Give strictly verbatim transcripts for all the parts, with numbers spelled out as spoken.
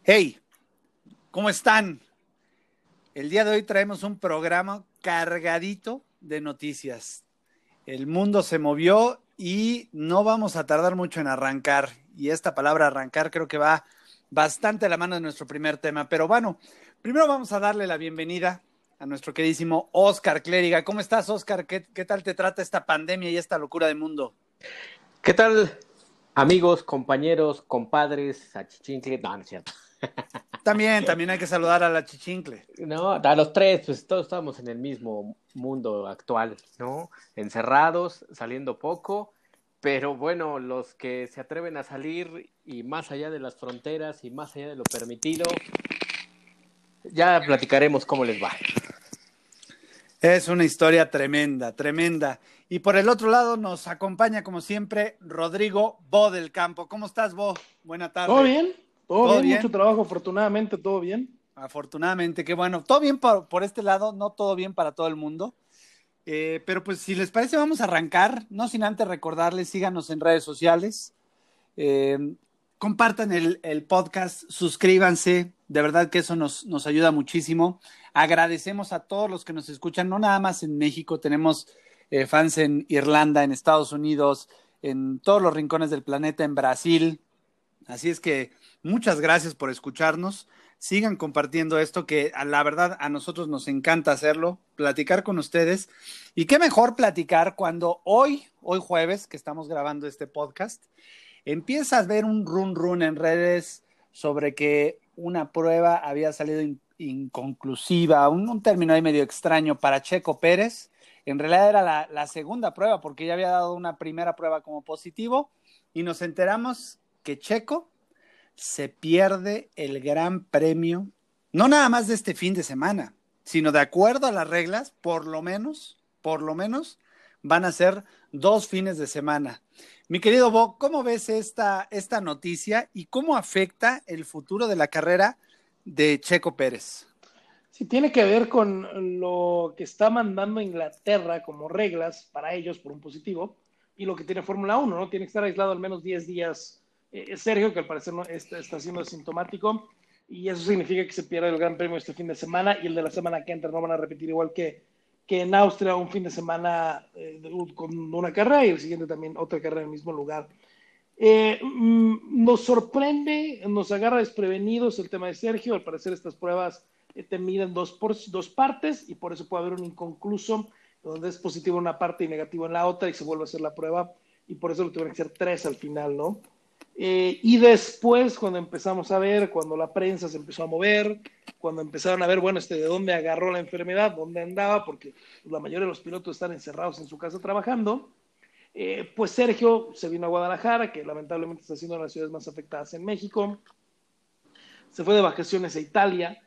Hey, ¿cómo están? El día de hoy traemos un programa cargadito de noticias. El mundo se movió y no vamos a tardar mucho en arrancar. Y esta palabra arrancar creo que va bastante a la mano de nuestro primer tema. Pero bueno, primero vamos a darle la bienvenida a nuestro queridísimo Oscar Clériga. ¿Cómo estás, Oscar? ¿Qué, qué tal te trata esta pandemia y esta locura de mundo? ¿Qué tal, amigos, compañeros, compadres, achichincle? No, no es cierto. También, también hay que saludar a la Chichincle. No, a los tres, pues todos estamos en el mismo mundo actual, ¿no? Encerrados, saliendo poco, pero bueno, los que se atreven a salir y más allá de las fronteras y más allá de lo permitido, ya platicaremos cómo les va. Es una historia tremenda, tremenda. Y por el otro lado nos acompaña, como siempre, Rodrigo Bo del Campo. ¿Cómo estás, Bo? Buena ¿Todo tarde. bien? ¿Todo ¿Todo bien? Mucho bien? trabajo, afortunadamente, ¿todo bien? Afortunadamente, qué bueno. Todo bien por, por este lado, no todo bien para todo el mundo. Eh, pero pues si les parece, vamos a arrancar. No sin antes recordarles, síganos en redes sociales. Eh, compartan el, el, podcast, suscríbanse, de verdad que eso nos, nos ayuda muchísimo. Agradecemos a todos los que nos escuchan, no nada más en México, tenemos eh, fans en Irlanda, en Estados Unidos, en todos los rincones del planeta, en Brasil. Así es que muchas gracias por escucharnos. Sigan compartiendo esto que a la verdad a nosotros nos encanta hacerlo, platicar con ustedes. Y qué mejor platicar cuando hoy, hoy jueves, que estamos grabando este podcast, empiezas a ver un run run en redes sobre que una prueba había salido in, inconclusiva, un, un término ahí medio extraño para Checo Pérez. En realidad era la, la segunda prueba porque ya había dado una primera prueba como positivo y nos enteramos que Checo se pierde el gran premio, no nada más de este fin de semana, sino de acuerdo a las reglas, por lo menos, por lo menos, van a ser dos fines de semana. Mi querido Bo, ¿cómo ves esta, esta noticia y cómo afecta el futuro de la carrera de Checo Pérez? Sí, tiene que ver con lo que está mandando Inglaterra como reglas para ellos por un positivo y lo que tiene Fórmula uno, ¿no? Tiene que estar aislado al menos diez días. Eh, Sergio, que al parecer no, está, está siendo asintomático, y eso significa que se pierde el Gran Premio este fin de semana y el de la semana que entra no van a repetir igual que, que en Austria un fin de semana eh, con una carrera y el siguiente también otra carrera en el mismo lugar. Eh, mm, nos sorprende, nos agarra desprevenidos el tema de Sergio. Al parecer estas pruebas eh, te miden dos, por, dos partes y por eso puede haber un inconcluso donde es positivo en una parte y negativo en la otra y se vuelve a hacer la prueba y por eso lo tuvieron que hacer tres al final, ¿no? Eh, y después cuando empezamos a ver, cuando la prensa se empezó a mover, cuando empezaron a ver, bueno, este, de dónde agarró la enfermedad, dónde andaba, porque la mayoría de los pilotos están encerrados en su casa trabajando. Eh, pues Sergio se vino a Guadalajara, que lamentablemente está siendo una de las ciudades más afectadas en México. Se fue de vacaciones a Italia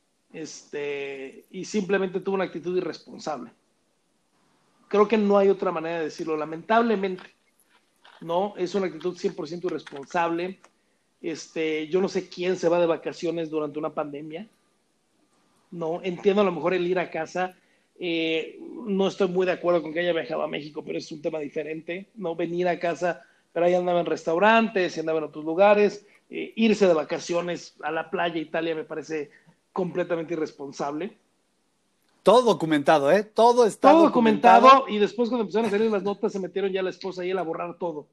este, y simplemente tuvo una actitud irresponsable. Creo que no hay otra manera de decirlo. Lamentablemente, no, es una actitud cien por ciento irresponsable. Este, yo no sé quién se va de vacaciones durante una pandemia. No, entiendo a lo mejor el ir a casa. Eh, no estoy muy de acuerdo con que haya viajado a México, pero es un tema diferente. No venir a casa, pero ahí andaba en restaurantes, andaba en otros lugares. Eh, irse de vacaciones a la playa Italia me parece completamente irresponsable. Todo documentado, ¿eh? Todo está Todo documentado. documentado y después cuando empezaron a salir las notas se metieron ya la esposa y él a borrar todo.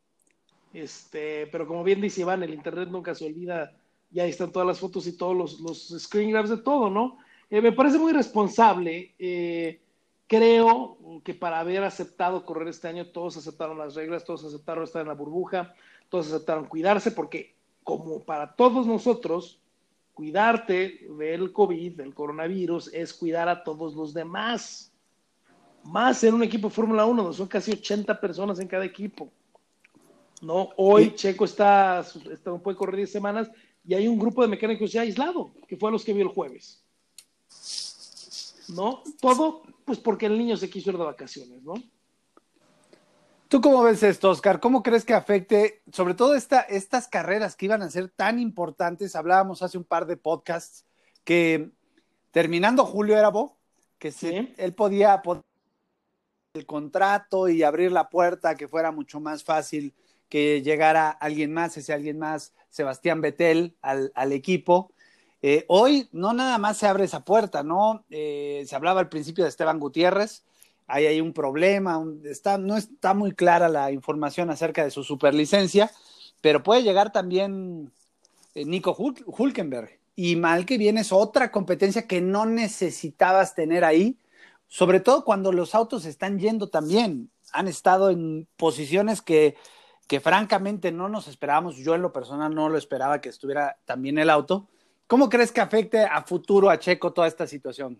Este, pero como bien dice Iván, el internet nunca se olvida, y ahí están todas las fotos y todos los, los screen grabs de todo, ¿no? Eh, me parece muy responsable. Eh, creo que para haber aceptado correr este año, todos aceptaron las reglas, todos aceptaron estar en la burbuja, todos aceptaron cuidarse, porque como para todos nosotros, cuidarte del COVID, del coronavirus, es cuidar a todos los demás. Más en un equipo de Fórmula uno, donde son casi ochenta personas en cada equipo. ¿No? Hoy Y, Checo está, está, puede correr diez semanas y hay un grupo de mecánicos ya aislado, que fue a los que vio el jueves. ¿No? Todo, pues porque el niño se quiso ir de vacaciones, ¿no? ¿tú cómo ves esto, Oscar? ¿Cómo crees que afecte, sobre todo esta, estas carreras que iban a ser tan importantes? Hablábamos hace un par de podcasts que terminando julio era Bo, que se, Sí. él podía poner el contrato y abrir la puerta, que fuera mucho más fácil que llegara alguien más, ese alguien más, Sebastián Vettel, al, al equipo. Eh, hoy no nada más se abre esa puerta, ¿no? Eh, se hablaba al principio de Esteban Gutiérrez, hay ahí un problema, un, está, no está muy clara la información acerca de su superlicencia, pero puede llegar también eh, Nico Hul- Hülkenberg. Y mal que viene es otra competencia que no necesitabas tener ahí, sobre todo cuando los autos están yendo también. Han estado en posiciones que, que francamente no nos esperábamos. Yo en lo personal no lo esperaba que estuviera también el auto. ¿Cómo crees que afecte a futuro a Checo toda esta situación?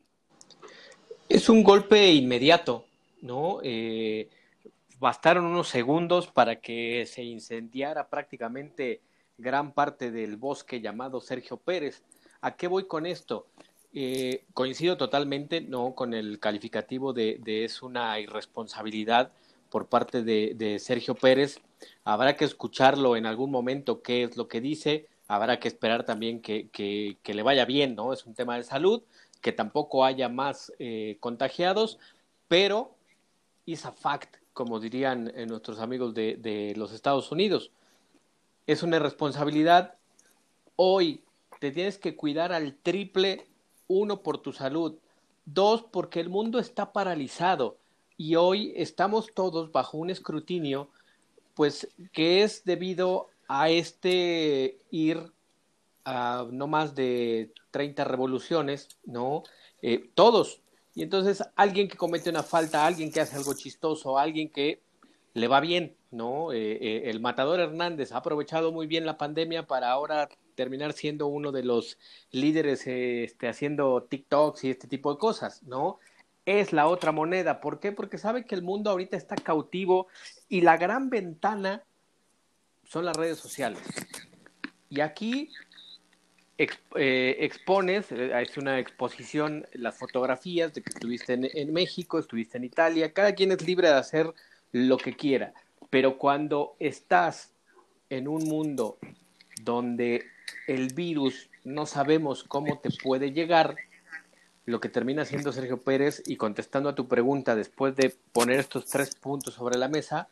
Es un golpe inmediato, ¿no? Eh, bastaron unos segundos para que se incendiara prácticamente gran parte del bosque llamado Sergio Pérez. ¿A qué voy con esto? Eh, coincido totalmente, ¿no?, con el calificativo de, de es una irresponsabilidad por parte de, de Sergio Pérez. Habrá que escucharlo en algún momento qué es lo que dice, habrá que esperar también que, que, que le vaya bien, ¿no? Es un tema de salud, que tampoco haya más eh, contagiados, pero is a fact, como dirían eh, nuestros amigos de, de los Estados Unidos. Es una irresponsabilidad. Hoy te tienes que cuidar al triple, uno, por tu salud, dos, porque el mundo está paralizado y hoy estamos todos bajo un escrutinio, pues que es debido a este ir a no más de treinta revoluciones, ¿no? Eh, todos. Y entonces alguien que comete una falta, alguien que hace algo chistoso, alguien que le va bien, ¿no? Eh, eh, el Matador Hernández ha aprovechado muy bien la pandemia para ahora terminar siendo uno de los líderes eh, este, haciendo TikToks y este tipo de cosas, ¿no? Es la otra moneda. ¿Por qué? Porque sabe que el mundo ahorita está cautivo y la gran ventana son las redes sociales. Y aquí Exp eh, expones, eh, es una exposición, las fotografías de que estuviste en, en México, estuviste en Italia, cada quien es libre de hacer lo que quiera, pero cuando estás en un mundo donde el virus no sabemos cómo te puede llegar, lo que termina haciendo Sergio Pérez, y contestando a tu pregunta después de poner estos tres puntos sobre la mesa,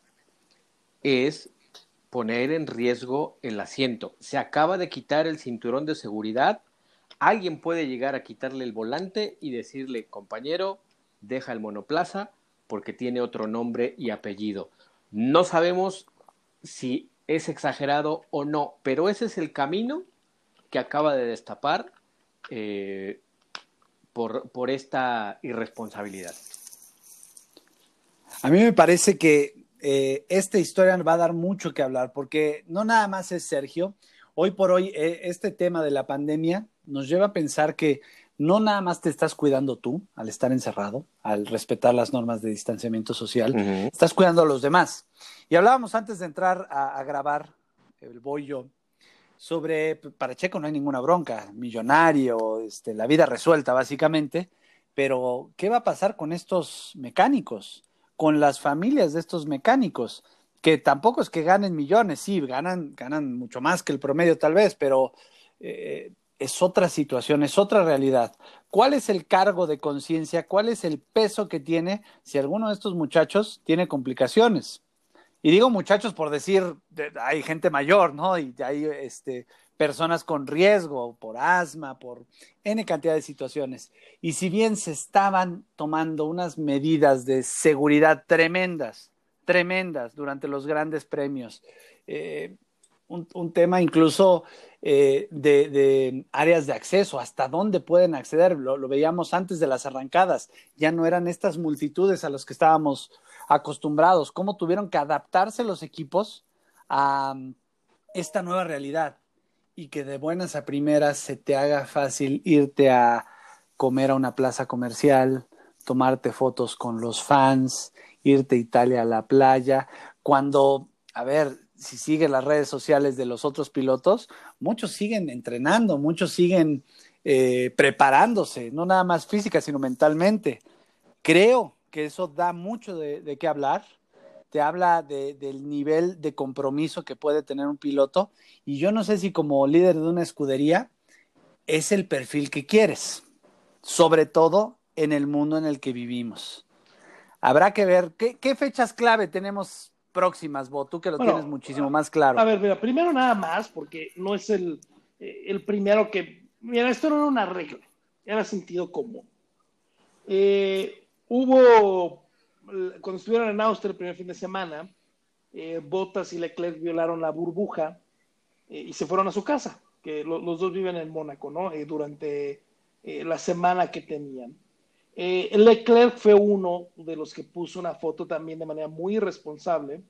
es poner en riesgo el asiento. Se acaba de quitar el cinturón de seguridad, alguien puede llegar a quitarle el volante y decirle, compañero, deja el monoplaza porque tiene otro nombre y apellido. No sabemos si es exagerado o no, pero ese es el camino que acaba de destapar eh, por, por esta irresponsabilidad. A mí me parece que eh, esta historia va a dar mucho que hablar, porque no nada más es Sergio. Hoy por hoy, eh, este tema de la pandemia nos lleva a pensar que no nada más te estás cuidando tú al estar encerrado, al respetar las normas de distanciamiento social, Uh-huh. estás cuidando a los demás. Y hablábamos antes de entrar a, a grabar el bollo sobre, para Checo no hay ninguna bronca, millonario, este, la vida resuelta básicamente, pero ¿qué va a pasar con estos mecánicos? Con las familias de estos mecánicos, que tampoco es que ganen millones, sí, ganan, ganan mucho más que el promedio tal vez, pero eh, es otra situación, es otra realidad. ¿Cuál es el cargo de conciencia? ¿Cuál es el peso que tiene si alguno de estos muchachos tiene complicaciones? Y digo muchachos por decir, hay gente mayor, ¿no? Y hay este, personas con riesgo por asma, por N cantidad de situaciones. Y si bien se estaban tomando unas medidas de seguridad tremendas, tremendas durante los grandes premios, eh, un, un tema incluso eh, de, de áreas de acceso, hasta dónde pueden acceder, lo, lo veíamos antes de las arrancadas, ya no eran estas multitudes a las que estábamos acostumbrados, cómo tuvieron que adaptarse los equipos a esta nueva realidad y que de buenas a primeras se te haga fácil irte a comer a una plaza comercial, tomarte fotos con los fans, irte a Italia a la playa, cuando, a ver, si sigues las redes sociales de los otros pilotos, muchos siguen entrenando, muchos siguen eh, preparándose, no nada más física, sino mentalmente. Creo que eso da mucho de, de qué hablar, te habla de, del nivel de compromiso que puede tener un piloto, y yo no sé si como líder de una escudería es el perfil que quieres, sobre todo en el mundo en el que vivimos. Habrá que ver qué, qué fechas clave tenemos próximas, Bo? Tú que lo Bueno, tienes muchísimo más claro. A ver, mira, primero nada más, porque no es el, eh, el primero que... Mira, esto no era una regla, era sentido común. Eh, hubo, cuando estuvieron en Austria el primer fin de semana, eh, Bottas y Leclerc violaron la burbuja eh, y se fueron a su casa, que lo, los dos viven en Mónaco, ¿no? Eh, durante eh, la semana que tenían. Eh, Leclerc fue uno de los que puso una foto también de manera muy irresponsable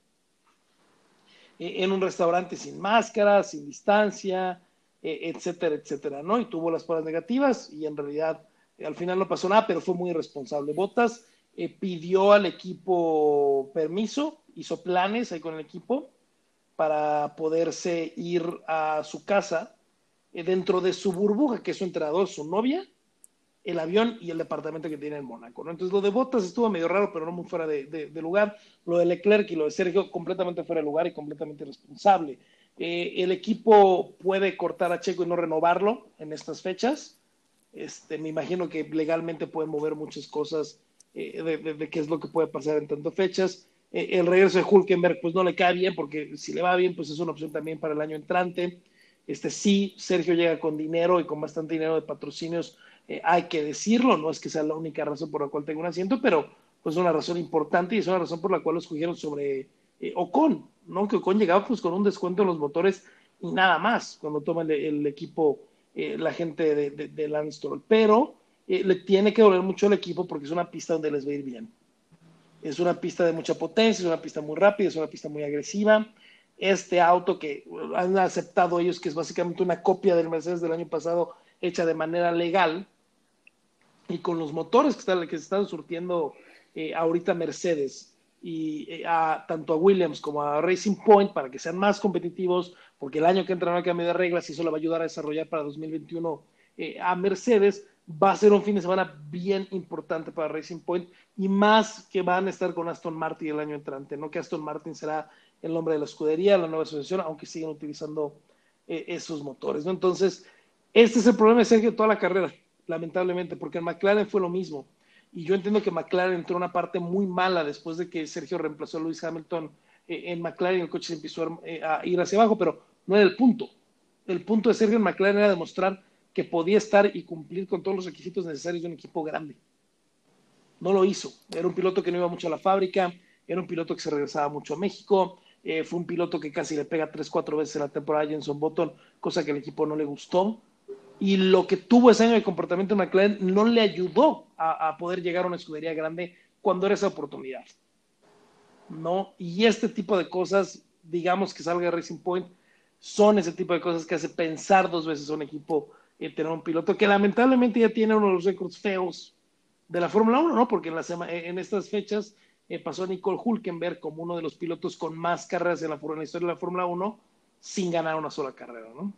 eh, en un restaurante sin máscara, sin distancia, eh, etcétera, etcétera, ¿no? Y tuvo las pruebas negativas y en realidad eh, al final no pasó nada, pero fue muy irresponsable. Bottas eh, pidió al equipo permiso, hizo planes ahí con el equipo para poderse ir a su casa eh, dentro de su burbuja, que es su entrenador, su novia, el avión y el departamento que tiene en Mónaco, ¿no? Entonces lo de Bottas estuvo medio raro, pero no muy fuera de, de, de lugar. Lo de Leclerc y lo de Sergio completamente fuera de lugar y completamente irresponsable. Eh, el equipo puede cortar a Checo y no renovarlo en estas fechas. Este, me imagino que legalmente pueden mover muchas cosas eh, de, de, de qué es lo que puede pasar en tantas fechas. Eh, el regreso de Hülkenberg pues no le cae bien, porque si le va bien pues es una opción también para el año entrante. Este, sí, Sergio llega con dinero y con bastante dinero de patrocinios, eh, hay que decirlo, no es que sea la única razón por la cual tengo un asiento, pero pues una razón importante y es una razón por la cual los escogieron sobre eh, Ocon, ¿no? Que Ocon llegaba pues con un descuento en los motores y nada más cuando toma el, el equipo eh, la gente de, de, de Lance Stroll, pero eh, le tiene que doler mucho al equipo porque es una pista donde les va a ir bien. Es una pista de mucha potencia, es una pista muy rápida, es una pista muy agresiva. Este auto que han aceptado ellos, que es básicamente una copia del Mercedes del año pasado, hecha de manera legal, y con los motores que, están, que se están surtiendo eh, ahorita Mercedes, y eh, a, tanto a Williams como a Racing Point, para que sean más competitivos, porque el año que entra no hay cambio de reglas y eso le va a ayudar a desarrollar para dos mil veintiuno eh, a Mercedes, va a ser un fin de semana bien importante para Racing Point, y más que van a estar con Aston Martin el año entrante, ¿no? Que Aston Martin será el nombre de la escudería, la nueva asociación, aunque siguen utilizando eh, esos motores, ¿no? Entonces, este es el problema de Sergio toda la carrera, lamentablemente, porque en McLaren fue lo mismo. Y yo entiendo que McLaren entró en una parte muy mala después de que Sergio reemplazó a Lewis Hamilton eh, en McLaren, el coche se empezó a, eh, a ir hacia abajo, pero no era el punto. El punto de Sergio en McLaren era demostrar que podía estar y cumplir con todos los requisitos necesarios de un equipo grande. No lo hizo. Era un piloto que no iba mucho a la fábrica, era un piloto que se regresaba mucho a México, eh, fue un piloto que casi le pega tres, cuatro veces en la temporada a Jenson Button, cosa que al equipo no le gustó. Y lo que tuvo ese año de comportamiento en McLaren no le ayudó a, a poder llegar a una escudería grande cuando era esa oportunidad, ¿no? Y este tipo de cosas, digamos que salga de Racing Point, son ese tipo de cosas que hace pensar dos veces a un equipo eh, tener un piloto que lamentablemente ya tiene uno de los récords feos de la Fórmula uno, ¿no? Porque en, la sema, en estas fechas eh, pasó a Nicole Hülkenberg como uno de los pilotos con más carreras en la, en la historia de la Fórmula uno sin ganar una sola carrera, ¿no?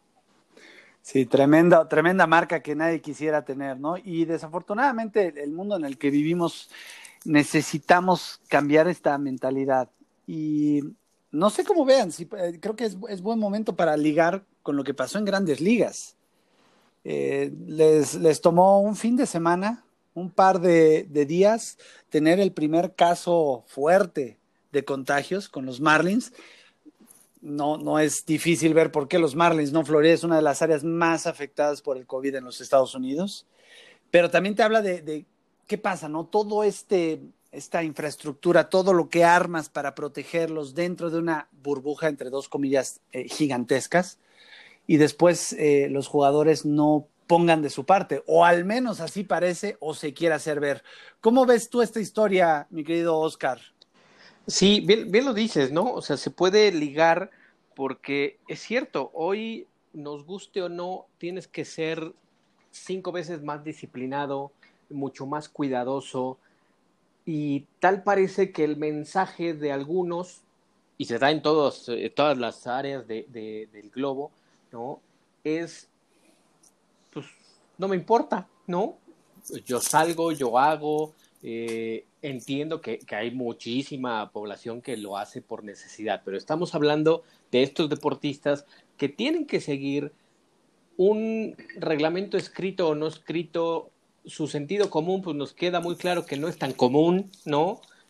Sí, tremenda, tremenda marca que nadie quisiera tener, ¿no? Y desafortunadamente el mundo en el que vivimos necesitamos cambiar esta mentalidad. Y no sé cómo vean, si, eh, creo que es, es buen momento para ligar con lo que pasó en Grandes Ligas. Eh, les, les tomó un fin de semana, un par de, de días, tener el primer caso fuerte de contagios con los Marlins. No, no es difícil ver por qué los Marlins, ¿no? Florida es una de las áreas más afectadas por el COVID en los Estados Unidos, pero también te habla de, de qué pasa, ¿no? Todo este, esta infraestructura, todo lo que armas para protegerlos dentro de una burbuja, entre dos comillas, eh, gigantescas, y después eh, los jugadores no pongan de su parte, o al menos así parece, o se quiere hacer ver. ¿Cómo ves tú esta historia, mi querido Oscar? Sí, bien, bien lo dices, ¿no? O sea, se puede ligar porque es cierto, hoy nos guste o no, tienes que ser cinco veces más disciplinado, mucho más cuidadoso, y tal parece que el mensaje de algunos, y se da en todos, eh, todas las áreas de, de, del globo, ¿no? Es, pues, no me importa, ¿no? Yo salgo, yo hago, eh, entiendo que, que hay muchísima población que lo hace por necesidad, pero estamos hablando de estos deportistas que tienen que seguir un reglamento escrito o no escrito. Su sentido común, pues nos queda muy claro que no es tan común, ¿no?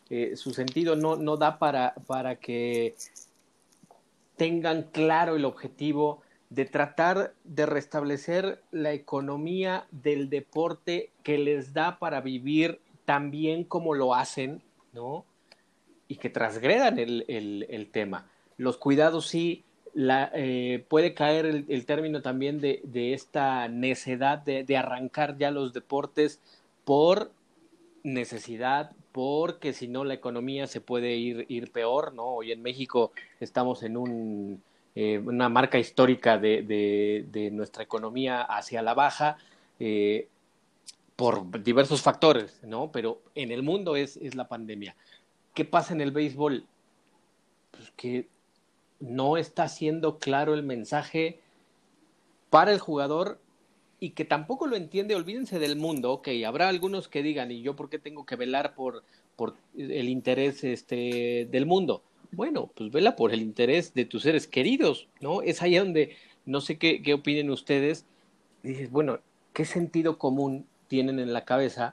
eh, su sentido no, no da para, para que tengan claro el objetivo de tratar de restablecer la economía del deporte que les da para vivir tan bien como lo hacen, ¿no? Y que transgredan el, el, el tema. Los cuidados sí, la, eh, puede caer el, el término también de, de esta necedad de, de arrancar ya los deportes por necesidad, porque si no la economía se puede ir, ir peor, ¿no? Hoy en México estamos en un, eh, una marca histórica de, de, de nuestra economía hacia la baja, eh, por diversos factores, ¿no? Pero en el mundo es, es la pandemia. ¿Qué pasa en el béisbol? Pues que no está siendo claro el mensaje para el jugador y que tampoco lo entiende. Olvídense del mundo, ok, habrá algunos que digan, ¿y yo por qué tengo que velar por, por el interés este, del mundo? Bueno, pues vela por el interés de tus seres queridos, ¿no? Es ahí donde, no sé qué, qué opinen ustedes, dices, bueno, ¿qué sentido común tienen en la cabeza?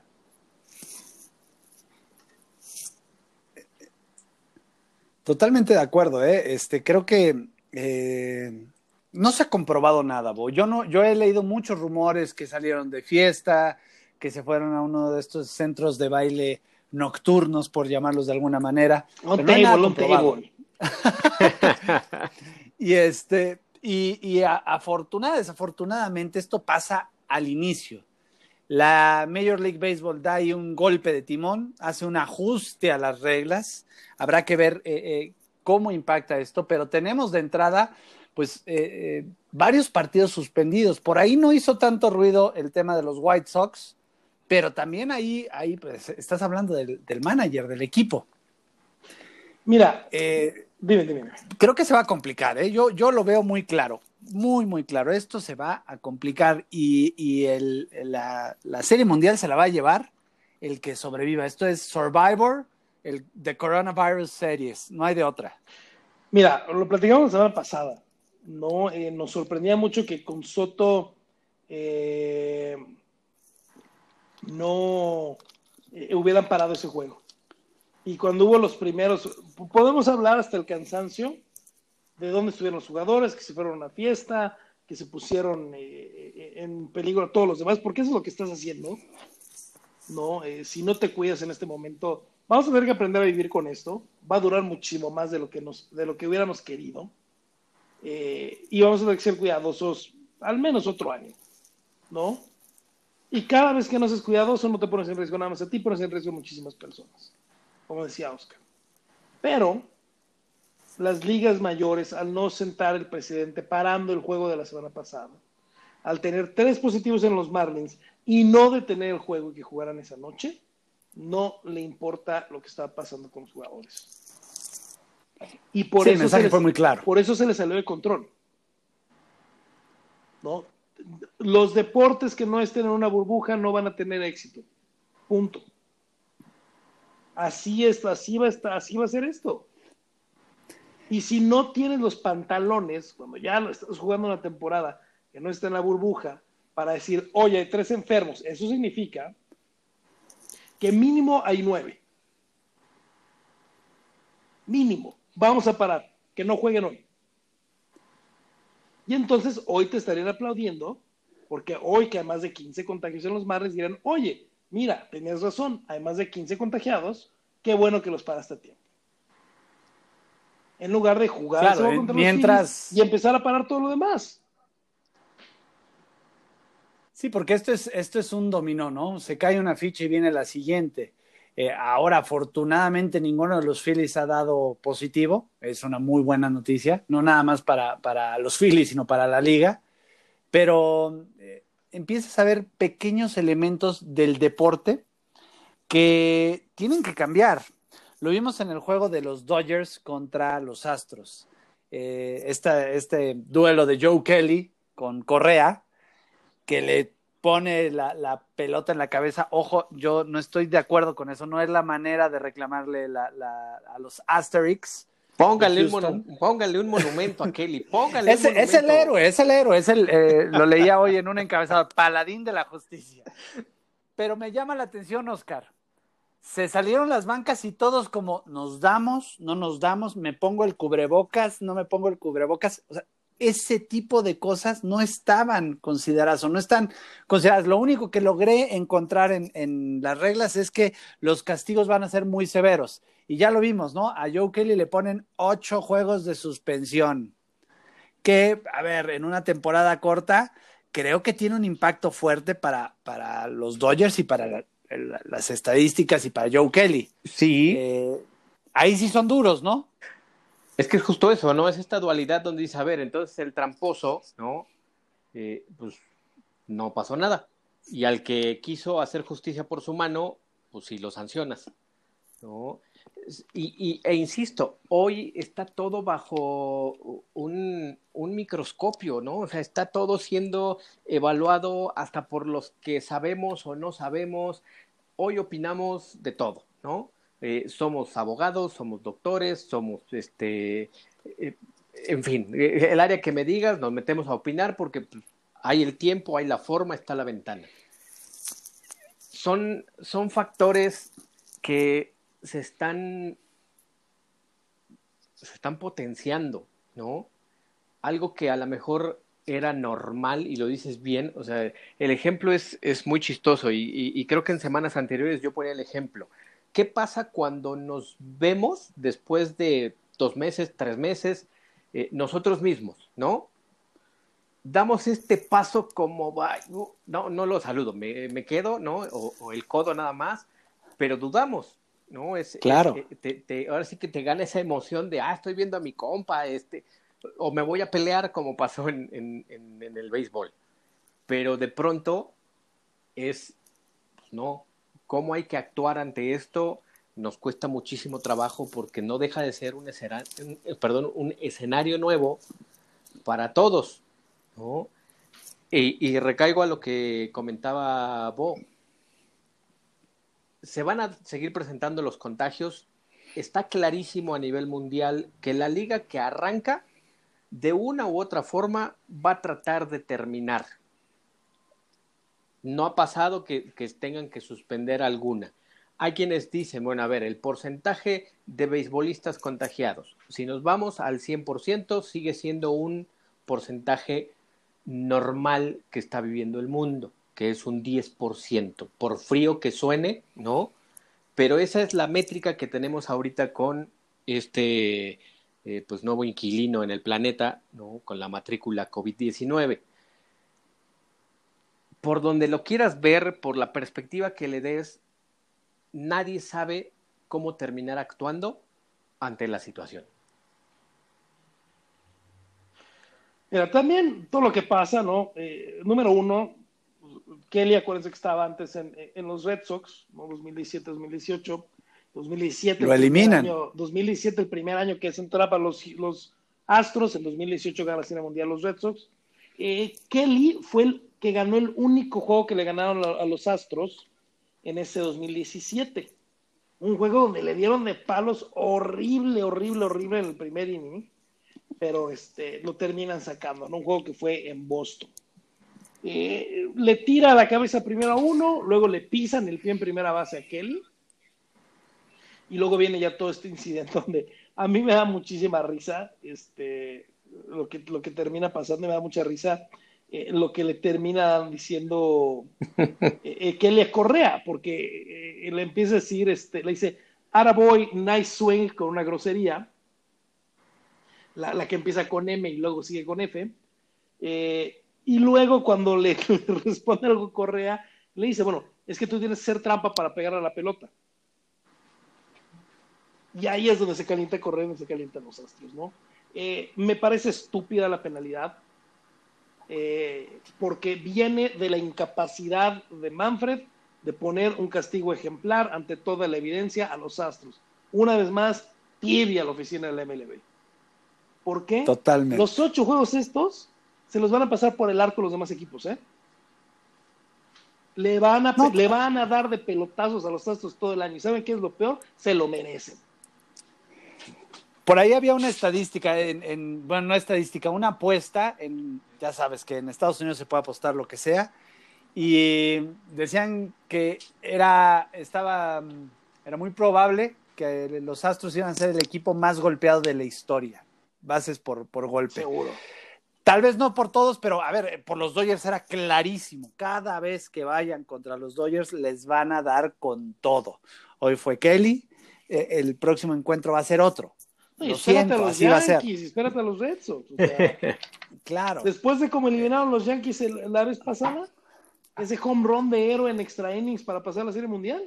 Totalmente de acuerdo, ¿eh? Este, creo que eh, no se ha comprobado nada, Bo. Yo no, yo he leído muchos rumores que salieron de fiesta, que se fueron a uno de estos centros de baile nocturnos, por llamarlos de alguna manera. On Pero no hay nada table, on comprobado. table. Y este, y, y a, afortunada, desafortunadamente, esto pasa al inicio. La Major League Baseball da ahí un golpe de timón, hace un ajuste a las reglas. Habrá que ver eh, eh, cómo impacta esto, pero tenemos de entrada pues eh, eh, varios partidos suspendidos. Por ahí no hizo tanto ruido el tema de los White Sox, pero también ahí, ahí pues, estás hablando del, del manager, del equipo. Mira, Eh, dime, dime. creo que se va a complicar, ¿eh? Yo, yo lo veo muy claro, muy, muy claro. Esto se va a complicar y, y el, la, la Serie Mundial se la va a llevar el que sobreviva. Esto es Survivor, el de Coronavirus Series, no hay de otra. Mira, lo platicamos la semana pasada, ¿no? Eh, nos sorprendía mucho que con Soto eh, no eh, hubieran parado ese juego. Y cuando hubo los primeros, podemos hablar hasta el cansancio de dónde estuvieron los jugadores, que se fueron a una fiesta, que se pusieron eh, en peligro a todos los demás, porque eso es lo que estás haciendo, ¿no? Eh, si no te cuidas en este momento, vamos a tener que aprender a vivir con esto, va a durar muchísimo más de lo que, nos, de lo que hubiéramos querido, eh, y vamos a tener que ser cuidadosos al menos otro año, ¿no? Y cada vez que no seas cuidadoso, no te pones en riesgo nada más a ti, pones en riesgo a muchísimas personas, como decía Oscar. Pero las ligas mayores, al no sentar el presidente parando el juego de la semana pasada, al tener tres positivos en los Marlins y no detener el juego y que jugaran esa noche, no le importa lo que estaba pasando con los jugadores. Y por, sí, eso, el mensaje se les, fue muy claro. por eso se les salió de control, ¿no? Los deportes que no estén en una burbuja no van a tener éxito. Punto. Así es, así va a estar, así va a ser esto. Y si no tienes los pantalones, cuando ya lo estás jugando una temporada que no está en la burbuja, para decir, oye, hay tres enfermos, eso significa que mínimo hay nueve. Mínimo. Vamos a parar, que no jueguen hoy. Y entonces hoy te estarían aplaudiendo, porque hoy que hay más de quince contagios en los Marlins, dirán, oye, mira, tenías razón, hay más de quince contagiados, qué bueno que los paraste a tiempo. En lugar de jugar claro, ese contra mientras... los Phillies y empezar a parar todo lo demás. Sí, porque esto es, esto es un dominó, ¿no? Se cae una ficha y viene la siguiente. Eh, ahora, afortunadamente, ninguno de los Phillies ha dado positivo. Es una muy buena noticia. No nada más para, para los Phillies, sino para la liga. Pero eh, empiezas a ver pequeños elementos del deporte que tienen que cambiar. Lo vimos en el juego de los Dodgers contra los Astros. Eh, esta, este duelo de Joe Kelly con Correa, que le pone la, la pelota en la cabeza. Ojo, yo no estoy de acuerdo con eso. No es la manera de reclamarle la, la, a los Asterix. Póngale un, monu póngale un monumento a Kelly. Póngale es, un monumento. Es el héroe, es el héroe. Es el, eh, lo leía hoy en un encabezado. Paladín de la justicia. Pero me llama la atención, Oscar. se salieron las bancas y todos como, ¿nos damos? ¿No nos damos? ¿Me pongo el cubrebocas? ¿No me pongo el cubrebocas? O sea, ese tipo de cosas no estaban consideradas o no están consideradas. Lo único que logré encontrar en, en las reglas es que los castigos van a ser muy severos. Y ya lo vimos, ¿no? A Joe Kelly le ponen ocho juegos de suspensión. Que, a ver, en una temporada corta, creo que tiene un impacto fuerte para, para los Dodgers y para la, la, las estadísticas y para Joe Kelly. Sí. Eh, ahí sí son duros, ¿no? Es que es justo eso, ¿no? Es esta dualidad donde dice, a ver, entonces el tramposo, ¿no? Eh, pues no pasó nada. Y al que quiso hacer justicia por su mano, pues sí lo sancionas, ¿no? Y, y, e insisto, hoy está todo bajo un, un microscopio, ¿no? O sea, está todo siendo evaluado hasta por los que sabemos o no sabemos. Hoy opinamos de todo, ¿no? Eh, somos abogados, somos doctores, somos, este, eh, en fin, eh, el área que me digas, nos metemos a opinar porque pues, hay el tiempo, hay la forma, está la ventana. Son, son factores que se están, se están potenciando, ¿no? Algo que a lo mejor era normal, y lo dices bien, o sea, el ejemplo es, es muy chistoso, y, y, y creo que en semanas anteriores yo ponía el ejemplo. ¿Qué pasa cuando nos vemos después de dos meses, tres meses, eh, nosotros mismos, ¿no? Damos este paso como, no, no lo saludo, me, me quedo, ¿no? O, o el codo nada más, pero dudamos, ¿no? Es, Claro. es, te, te, ahora sí que te gana esa emoción de, ah, estoy viendo a mi compa, este, o me voy a pelear como pasó en, en, en, en el béisbol. Pero de pronto es, pues no, ¿cómo hay que actuar ante esto? Nos cuesta muchísimo trabajo porque no deja de ser un escenario, perdón, un escenario nuevo para todos, ¿no? Y, y recaigo a lo que comentaba Bo. Se van a seguir presentando los contagios. Está clarísimo a nivel mundial que la liga que arranca de una u otra forma va a tratar de terminar. No ha pasado que, que tengan que suspender alguna. Hay quienes dicen, bueno, a ver, el porcentaje de beisbolistas contagiados, si nos vamos al cien por ciento, sigue siendo un porcentaje normal que está viviendo el mundo, que es un diez por ciento, por frío que suene, ¿no? Pero esa es la métrica que tenemos ahorita con este eh, pues nuevo inquilino en el planeta, ¿no? Con la matrícula COVID diecinueve. Por donde lo quieras ver, por la perspectiva que le des, nadie sabe cómo terminar actuando ante la situación. Mira, también todo lo que pasa, ¿no? Eh, número uno, Kelly, acuérdense que estaba antes en, en los Red Sox, ¿no? dos mil diecisiete, dos mil dieciocho, dos mil diecisiete, lo el eliminan. Año, dos mil diecisiete, el primer año que se entraba para los, los Astros, en dos mil dieciocho gana la Serie Mundial los Red Sox. Eh, Kelly fue el que ganó el único juego que le ganaron a, a los Astros en ese dos mil diecisiete. Un juego donde le dieron de palos horrible, horrible, horrible en el primer inning, pero este, lo terminan sacando, ¿no? Un juego que fue en Boston. Eh, le tira la cabeza primero a uno, luego le pisan el pie en primera base a Kelly, y luego viene ya todo este incidente donde a mí me da muchísima risa, este, lo que, lo que termina pasando, me da mucha risa, eh, lo que le termina diciendo eh, Kelly a Correa, porque eh, le empieza a decir, este, le dice, Attaboy, nice swing, con una grosería, la, la que empieza con M y luego sigue con F, eh, y luego cuando le, le responde algo Correa, le dice, bueno, es que tú tienes que ser trampa para pegar a la pelota. Y ahí es donde se calienta Correa, donde se calientan los Astros, ¿no? Eh, me parece estúpida la penalidad, eh, porque viene de la incapacidad de Manfred de poner un castigo ejemplar ante toda la evidencia a los Astros. Una vez más, tibia la oficina de la M L B. ¿Por qué? Totalmente. Los ocho juegos estos se los van a pasar por el arco los demás equipos, ¿eh? Le van a, no, le van a dar de pelotazos a los Astros todo el año. ¿Y saben qué es lo peor? Se lo merecen. Por ahí había una estadística, en, en, bueno, no estadística, una apuesta, en, ya sabes que en Estados Unidos se puede apostar lo que sea, y decían que era, estaba Era muy probable que los Astros iban a ser el equipo más golpeado de la historia. Bases por, por golpe. Seguro. Tal vez no por todos, pero a ver, por los Dodgers era clarísimo. Cada vez que vayan contra los Dodgers les van a dar con todo. Hoy fue Kelly, eh, el próximo encuentro va a ser otro. No, Lo espérate siento, a los así va a ser. Yankees, espérate a los Red Sox. O sea, claro. Después de cómo eliminaron los Yankees el, la vez pasada, ese home run de héroe en extra innings para pasar a la Serie Mundial.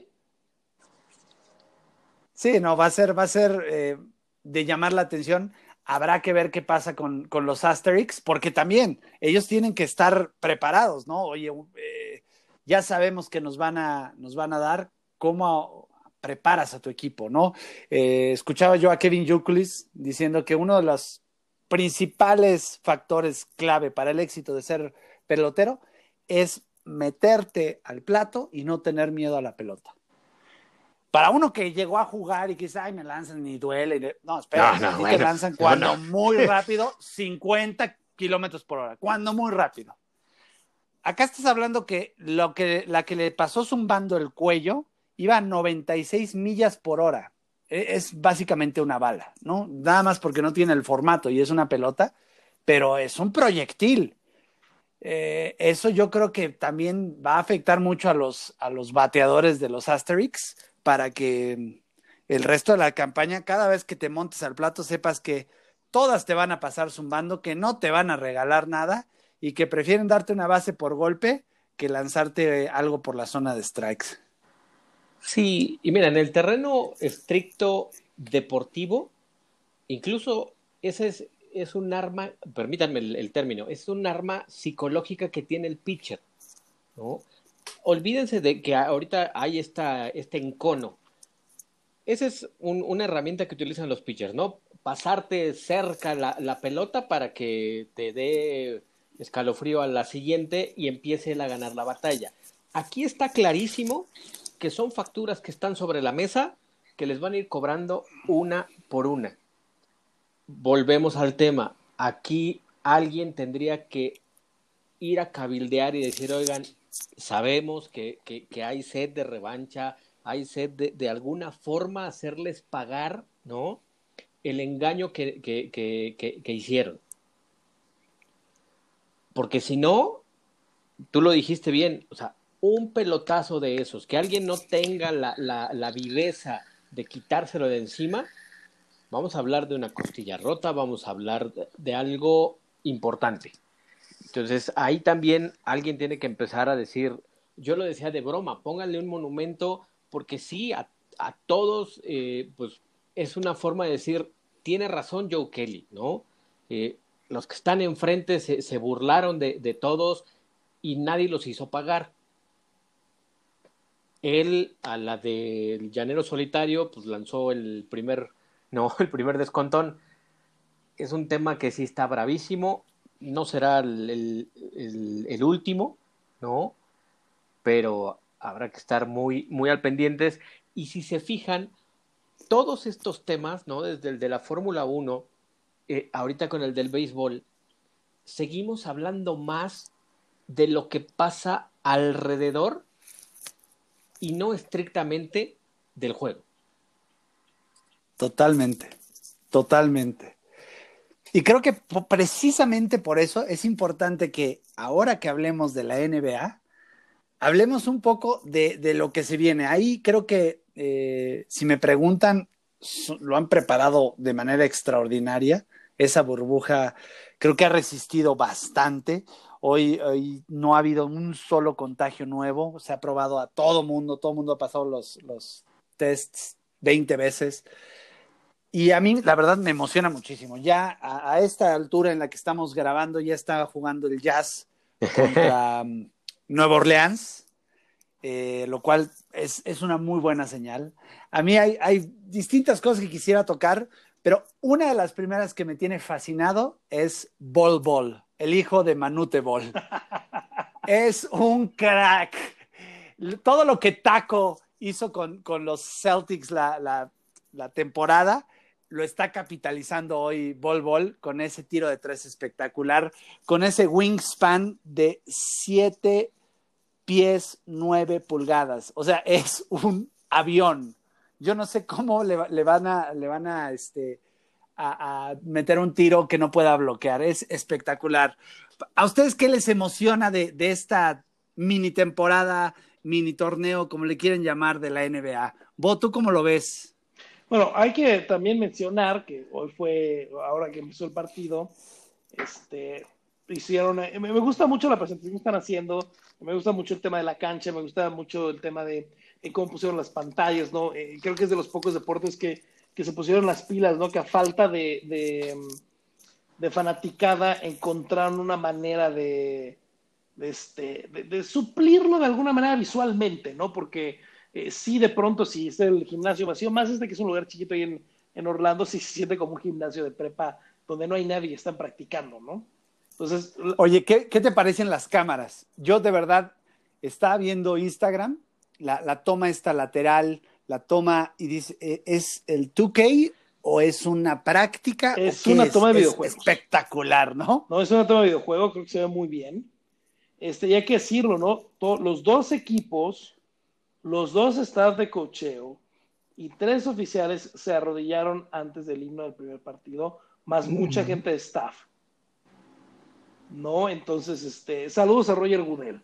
Sí, no, va a ser, va a ser eh, de llamar la atención. Habrá que ver qué pasa con, con los Asterix, porque también ellos tienen que estar preparados, ¿no? Oye, eh, ya sabemos que nos van a, nos van a dar cómo preparas a tu equipo, ¿no? Eh, escuchaba yo a Kevin Youkilis diciendo que uno de los principales factores clave para el éxito de ser pelotero es meterte al plato y no tener miedo a la pelota. Para uno que llegó a jugar y que dice, ay, me lanzan y duele. Y... No, espera, no, no, sí bueno, te lanzan cuando no, no. muy rápido, cincuenta kilómetros por hora, cuando muy rápido. Acá estás hablando que, lo que la que le pasó zumbando el cuello iba a noventa y seis millas por hora. Es básicamente una bala, ¿no? Nada más porque no tiene el formato y es una pelota, pero es un proyectil. Eh, eso yo creo que también va a afectar mucho a los, a los bateadores de los Asterix para que el resto de la campaña, cada vez que te montes al plato, sepas que todas te van a pasar zumbando, que no te van a regalar nada y que prefieren darte una base por golpe que lanzarte algo por la zona de strikes. Sí, y mira, en el terreno estricto deportivo, incluso ese es, es un arma, permítanme el, el término, es un arma psicológica que tiene el pitcher, ¿no? Olvídense de que ahorita hay esta, este encono. Esa es un, una herramienta que utilizan los pitchers, ¿no? Pasarte cerca la, la pelota para que te dé escalofrío a la siguiente y empiece él a ganar la batalla. Aquí está clarísimo que son facturas que están sobre la mesa que les van a ir cobrando una por una. Volvemos al tema. Aquí alguien tendría que ir a cabildear y decir, oigan, sabemos que, que, que hay sed de revancha, hay sed de, de alguna forma hacerles pagar, ¿no?, el engaño que, que, que, que, que hicieron. Porque si no, tú lo dijiste bien, o sea, un pelotazo de esos, que alguien no tenga la, la, la viveza de quitárselo de encima, vamos a hablar de una costilla rota, vamos a hablar de, de algo importante. Entonces, ahí también alguien tiene que empezar a decir, yo lo decía de broma, pónganle un monumento, porque sí, a, a todos, eh, pues, es una forma de decir, tiene razón Joe Kelly, ¿no? Eh, los que están enfrente se, se burlaron de, de todos y nadie los hizo pagar. Él, a la del Llanero Solitario, pues lanzó el primer, no, el primer descontón. Es un tema que sí está bravísimo, no será el, el, el, el último, ¿no? Pero habrá que estar muy, muy al pendientes. Y si se fijan, todos estos temas, ¿no?, desde el de la Fórmula uno, eh, ahorita con el del béisbol, seguimos hablando más de lo que pasa alrededor y no estrictamente del juego. Totalmente, totalmente. Y creo que precisamente por eso es importante que ahora que hablemos de la N B A, hablemos un poco de, de lo que se viene. Ahí creo que, eh, si me preguntan, lo han preparado de manera extraordinaria. Esa burbuja creo que ha resistido bastante. Hoy, hoy no ha habido un solo contagio nuevo. Se ha probado a todo mundo. Todo mundo ha pasado los, los tests veinte veces. Y a mí, la verdad, me emociona muchísimo. Ya a, a esta altura en la que estamos grabando, ya está jugando el Jazz contra um, Nueva Orleans, eh, lo cual es, es una muy buena señal. A mí hay, hay distintas cosas que quisiera tocar, pero una de las primeras que me tiene fascinado es Bol Bol, el hijo de Manute Bol. Es un crack. Todo lo que Taco hizo con, con los Celtics la, la, la temporada, lo está capitalizando hoy Bol Bol con ese tiro de tres espectacular, con ese wingspan de siete pies nueve pulgadas. O sea, es un avión. yo no sé cómo le, le van a, le van a, este, a, a meter un tiro que no pueda bloquear. Es espectacular. ¿A ustedes qué les emociona de, de esta mini temporada, mini torneo, como le quieren llamar, de la N B A? Bo, ¿tú cómo lo ves? Bueno, hay que también mencionar que hoy fue, ahora que empezó el partido, este, hicieron, me, me gusta mucho la presentación que están haciendo, me gusta mucho el tema de la cancha, me gusta mucho el tema de, de cómo pusieron las pantallas, ¿no? Eh, creo que es de los pocos deportes que, que se pusieron las pilas, ¿no? Que a falta de, de, de fanaticada encontraron una manera de, de, este, de, de suplirlo de alguna manera visualmente, ¿no? Porque eh, sí, de pronto, si es el gimnasio vacío, más este que es un lugar chiquito ahí en, en Orlando, sí se siente como un gimnasio de prepa donde no hay nadie y están practicando, ¿no? Entonces, oye, ¿qué, ¿qué te parecen las cámaras? Yo de verdad estaba viendo Instagram, la, la toma esta lateral, la toma y dice, ¿es el dos K o es una práctica? Es ¿o qué una es? toma de Es videojuegos. espectacular, ¿no? No, es una toma de videojuego, creo que se ve muy bien. Este, y hay que decirlo, ¿no? To- los dos equipos, los dos staff de cocheo y tres oficiales se arrodillaron antes del himno del primer partido, más mucha gente de staff. ¿No? Entonces, este, saludos a Roger Goodell.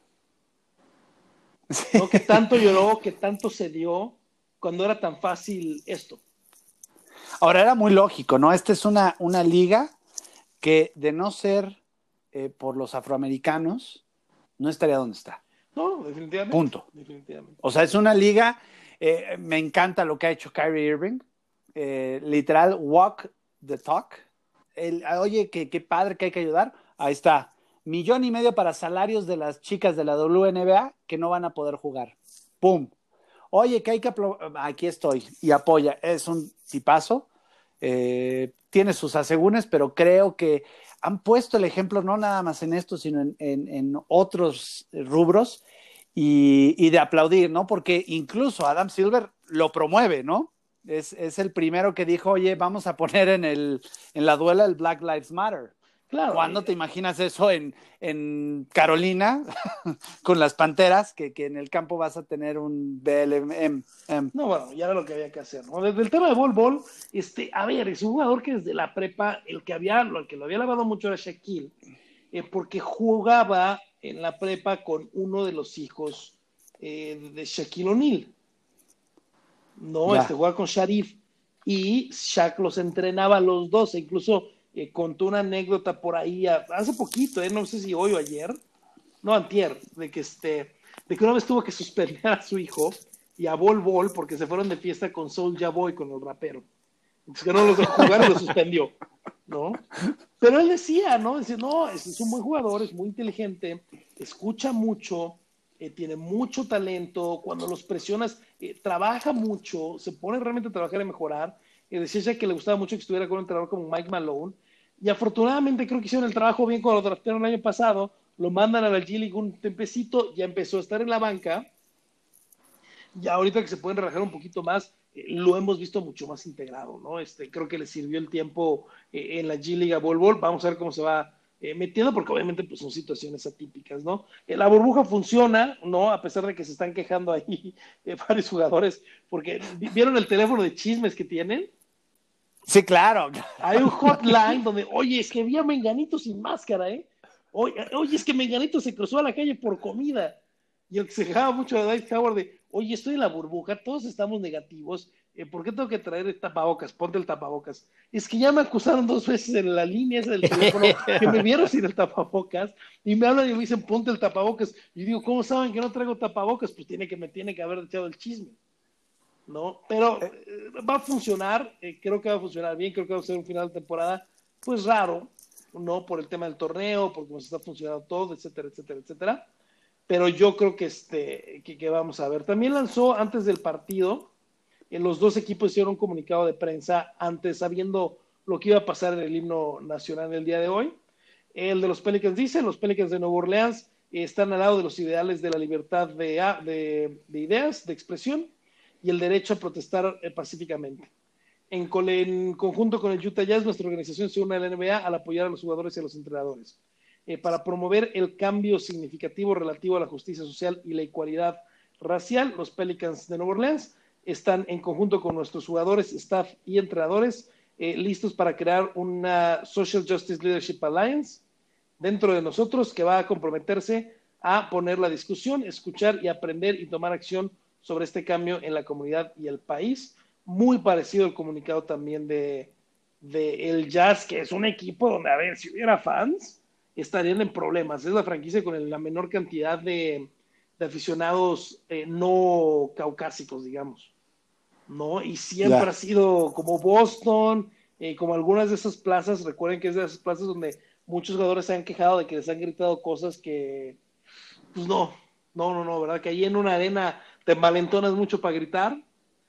¿No? Que tanto lloró, que tanto se dio cuando era tan fácil esto. Ahora era muy lógico, ¿no? Esta es una, una liga que de no ser eh, por los afroamericanos, no estaría donde está. No, definitivamente. Punto. Definitivamente. O sea, es una liga, eh, me encanta lo que ha hecho Kyrie Irving, eh, literal, walk the talk. El, oye, qué, qué padre que hay que ayudar. Ahí está. Millón y medio para salarios de las chicas de la W N B A que no van a poder jugar. ¡Pum! Oye, que hay que... Aquí estoy. Y apoya. Es un tipazo. Eh, tiene sus asegúnes, pero creo que han puesto el ejemplo no nada más en esto, sino en, en, en otros rubros y, y de aplaudir, ¿no? Porque incluso Adam Silver lo promueve, ¿no? Es, es el primero que dijo, oye, vamos a poner en, el, en la duela el Black Lives Matter. Claro. ¿Cuándo te imaginas eso en, en Carolina con las Panteras, que, que en el campo vas a tener un B L M? No, bueno, ya era lo que había que hacer, ¿no? Desde el tema de Bol Bol, este, a ver, es un jugador que desde la prepa, el que había, el que lo había lavado mucho era Shaquille, eh, porque jugaba en la prepa con uno de los hijos eh, de Shaquille O'Neal, ¿no? Ya. Este jugaba con Sharif y Shaq los entrenaba a los dos, e incluso eh, contó una anécdota por ahí a, hace poquito, eh, no sé si hoy o ayer, no, antier, de que, este, de que una vez tuvo que suspender a su hijo y a Bol Bol porque se fueron de fiesta con Soulja Boy, con el rapero. Entonces que no los dejó jugar y lo suspendió, ¿no? Pero él decía, ¿no? Decía, no, es, es un buen jugador, es muy inteligente, escucha mucho, eh, tiene mucho talento, cuando los presionas, eh, trabaja mucho, se pone realmente a trabajar y mejorar. Eh, decía que le gustaba mucho que estuviera con un entrenador como Mike Malone, y afortunadamente creo que hicieron el trabajo bien cuando lo draftearon el año pasado, lo mandan a la G League un tempecito, ya empezó a estar en la banca, ya ahorita que se pueden relajar un poquito más, eh, lo hemos visto mucho más integrado, ¿no? Este, creo que le sirvió el tiempo eh, en la G League a Bol Bol, vamos a ver cómo se va eh, metiendo, porque obviamente pues, son situaciones atípicas, ¿no? Eh, la burbuja funciona, ¿no? A pesar de que se están quejando ahí eh, varios jugadores, porque ¿vieron el teléfono de chismes que tienen? Sí, claro. Hay un hotline donde, oye, es que vi a Menganito sin máscara, ¿eh? Oye, oye, es que Menganito se cruzó a la calle por comida. Y el que se quejaba mucho de Dwight Howard de, oye, estoy en la burbuja, todos estamos negativos, eh, ¿por qué tengo que traer el tapabocas? Ponte el tapabocas. Es que ya me acusaron dos veces en la línea esa del teléfono que me vieron sin el tapabocas y me hablan y me dicen, ponte el tapabocas. Y digo, ¿cómo saben que no traigo tapabocas? Pues tiene que, me tiene que haber echado el chisme, ¿no? Pero eh, va a funcionar, eh, creo que va a funcionar bien, creo que va a ser un final de temporada, pues raro, ¿no? Por el tema del torneo, por cómo se está funcionando todo, etcétera, etcétera, etcétera. Pero yo creo que, este, que, que vamos a ver. También lanzó antes del partido, en los dos equipos hicieron un comunicado de prensa antes, sabiendo lo que iba a pasar en el himno nacional el día de hoy. El de los Pelicans dice, los Pelicans de Nueva Orleans eh, están al lado de los ideales de la libertad de, de, de ideas, de expresión y el derecho a protestar eh, pacíficamente. En, en conjunto con el Utah Jazz, nuestra organización se une a la N B A al apoyar a los jugadores y a los entrenadores. Eh, para promover el cambio significativo relativo a la justicia social y la igualdad racial, los Pelicans de Nueva Orleans están en conjunto con nuestros jugadores, staff y entrenadores eh, listos para crear una Social Justice Leadership Alliance dentro de nosotros que va a comprometerse a poner la discusión, escuchar y aprender y tomar acción sobre este cambio en la comunidad y el país. Muy parecido al comunicado también de, de el Jazz, que es un equipo donde, a ver, si hubiera fans, estarían en problemas. Es la franquicia con el, la menor cantidad de, de aficionados eh, no caucásicos, digamos, ¿no? Y siempre Ya. ha sido como Boston, eh, como algunas de esas plazas. Recuerden que es de esas plazas donde muchos jugadores se han quejado de que les han gritado cosas que, pues no, no, no, no, ¿verdad? Que ahí en una arena te envalentonas mucho para gritar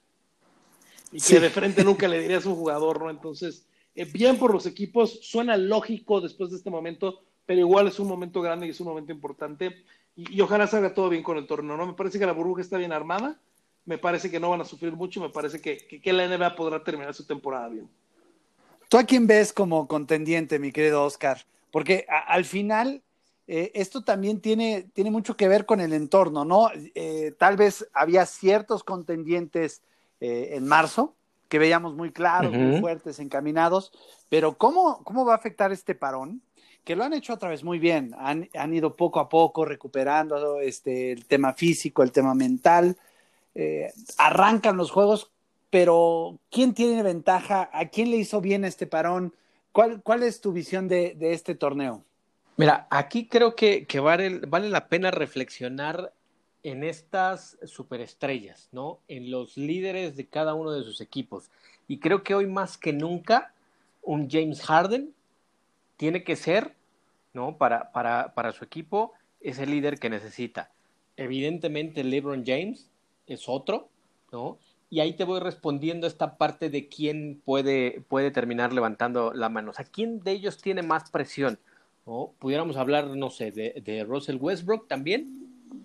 y que Sí. de frente nunca le dirías a un jugador, ¿no? Entonces, eh, bien por los equipos, suena lógico después de este momento, pero igual es un momento grande y es un momento importante y, y ojalá salga todo bien con el torneo, ¿no? Me parece que la burbuja está bien armada, me parece que no van a sufrir mucho y me parece que, que, que la N B A podrá terminar su temporada bien. ¿Tú a quién ves como contendiente, mi querido Oscar? Porque a, al final eh, esto también tiene, tiene mucho que ver con el entorno, ¿no? Eh, tal vez había ciertos contendientes eh, en marzo que veíamos muy claros, muy Uh-huh. fuertes, encaminados, pero ¿cómo, cómo va a afectar este parón? Que lo han hecho otra vez muy bien, han, han ido poco a poco recuperando este, el tema físico, el tema mental, eh, arrancan los juegos, pero ¿quién tiene ventaja? ¿A quién le hizo bien este parón? ¿Cuál, cuál es tu visión de, de este torneo? Mira, aquí creo que, que vale, vale la pena reflexionar en estas superestrellas, ¿no? En los líderes de cada uno de sus equipos. Y creo que hoy más que nunca, un James Harden tiene que ser, ¿no? Para, para, para su equipo, ese líder que necesita. Evidentemente, LeBron James es otro, ¿no? Y ahí te voy respondiendo esta parte de quién puede, puede terminar levantando la mano. O sea, ¿quién de ellos tiene más presión? ¿No? Pudiéramos hablar, no sé, de, de Russell Westbrook también,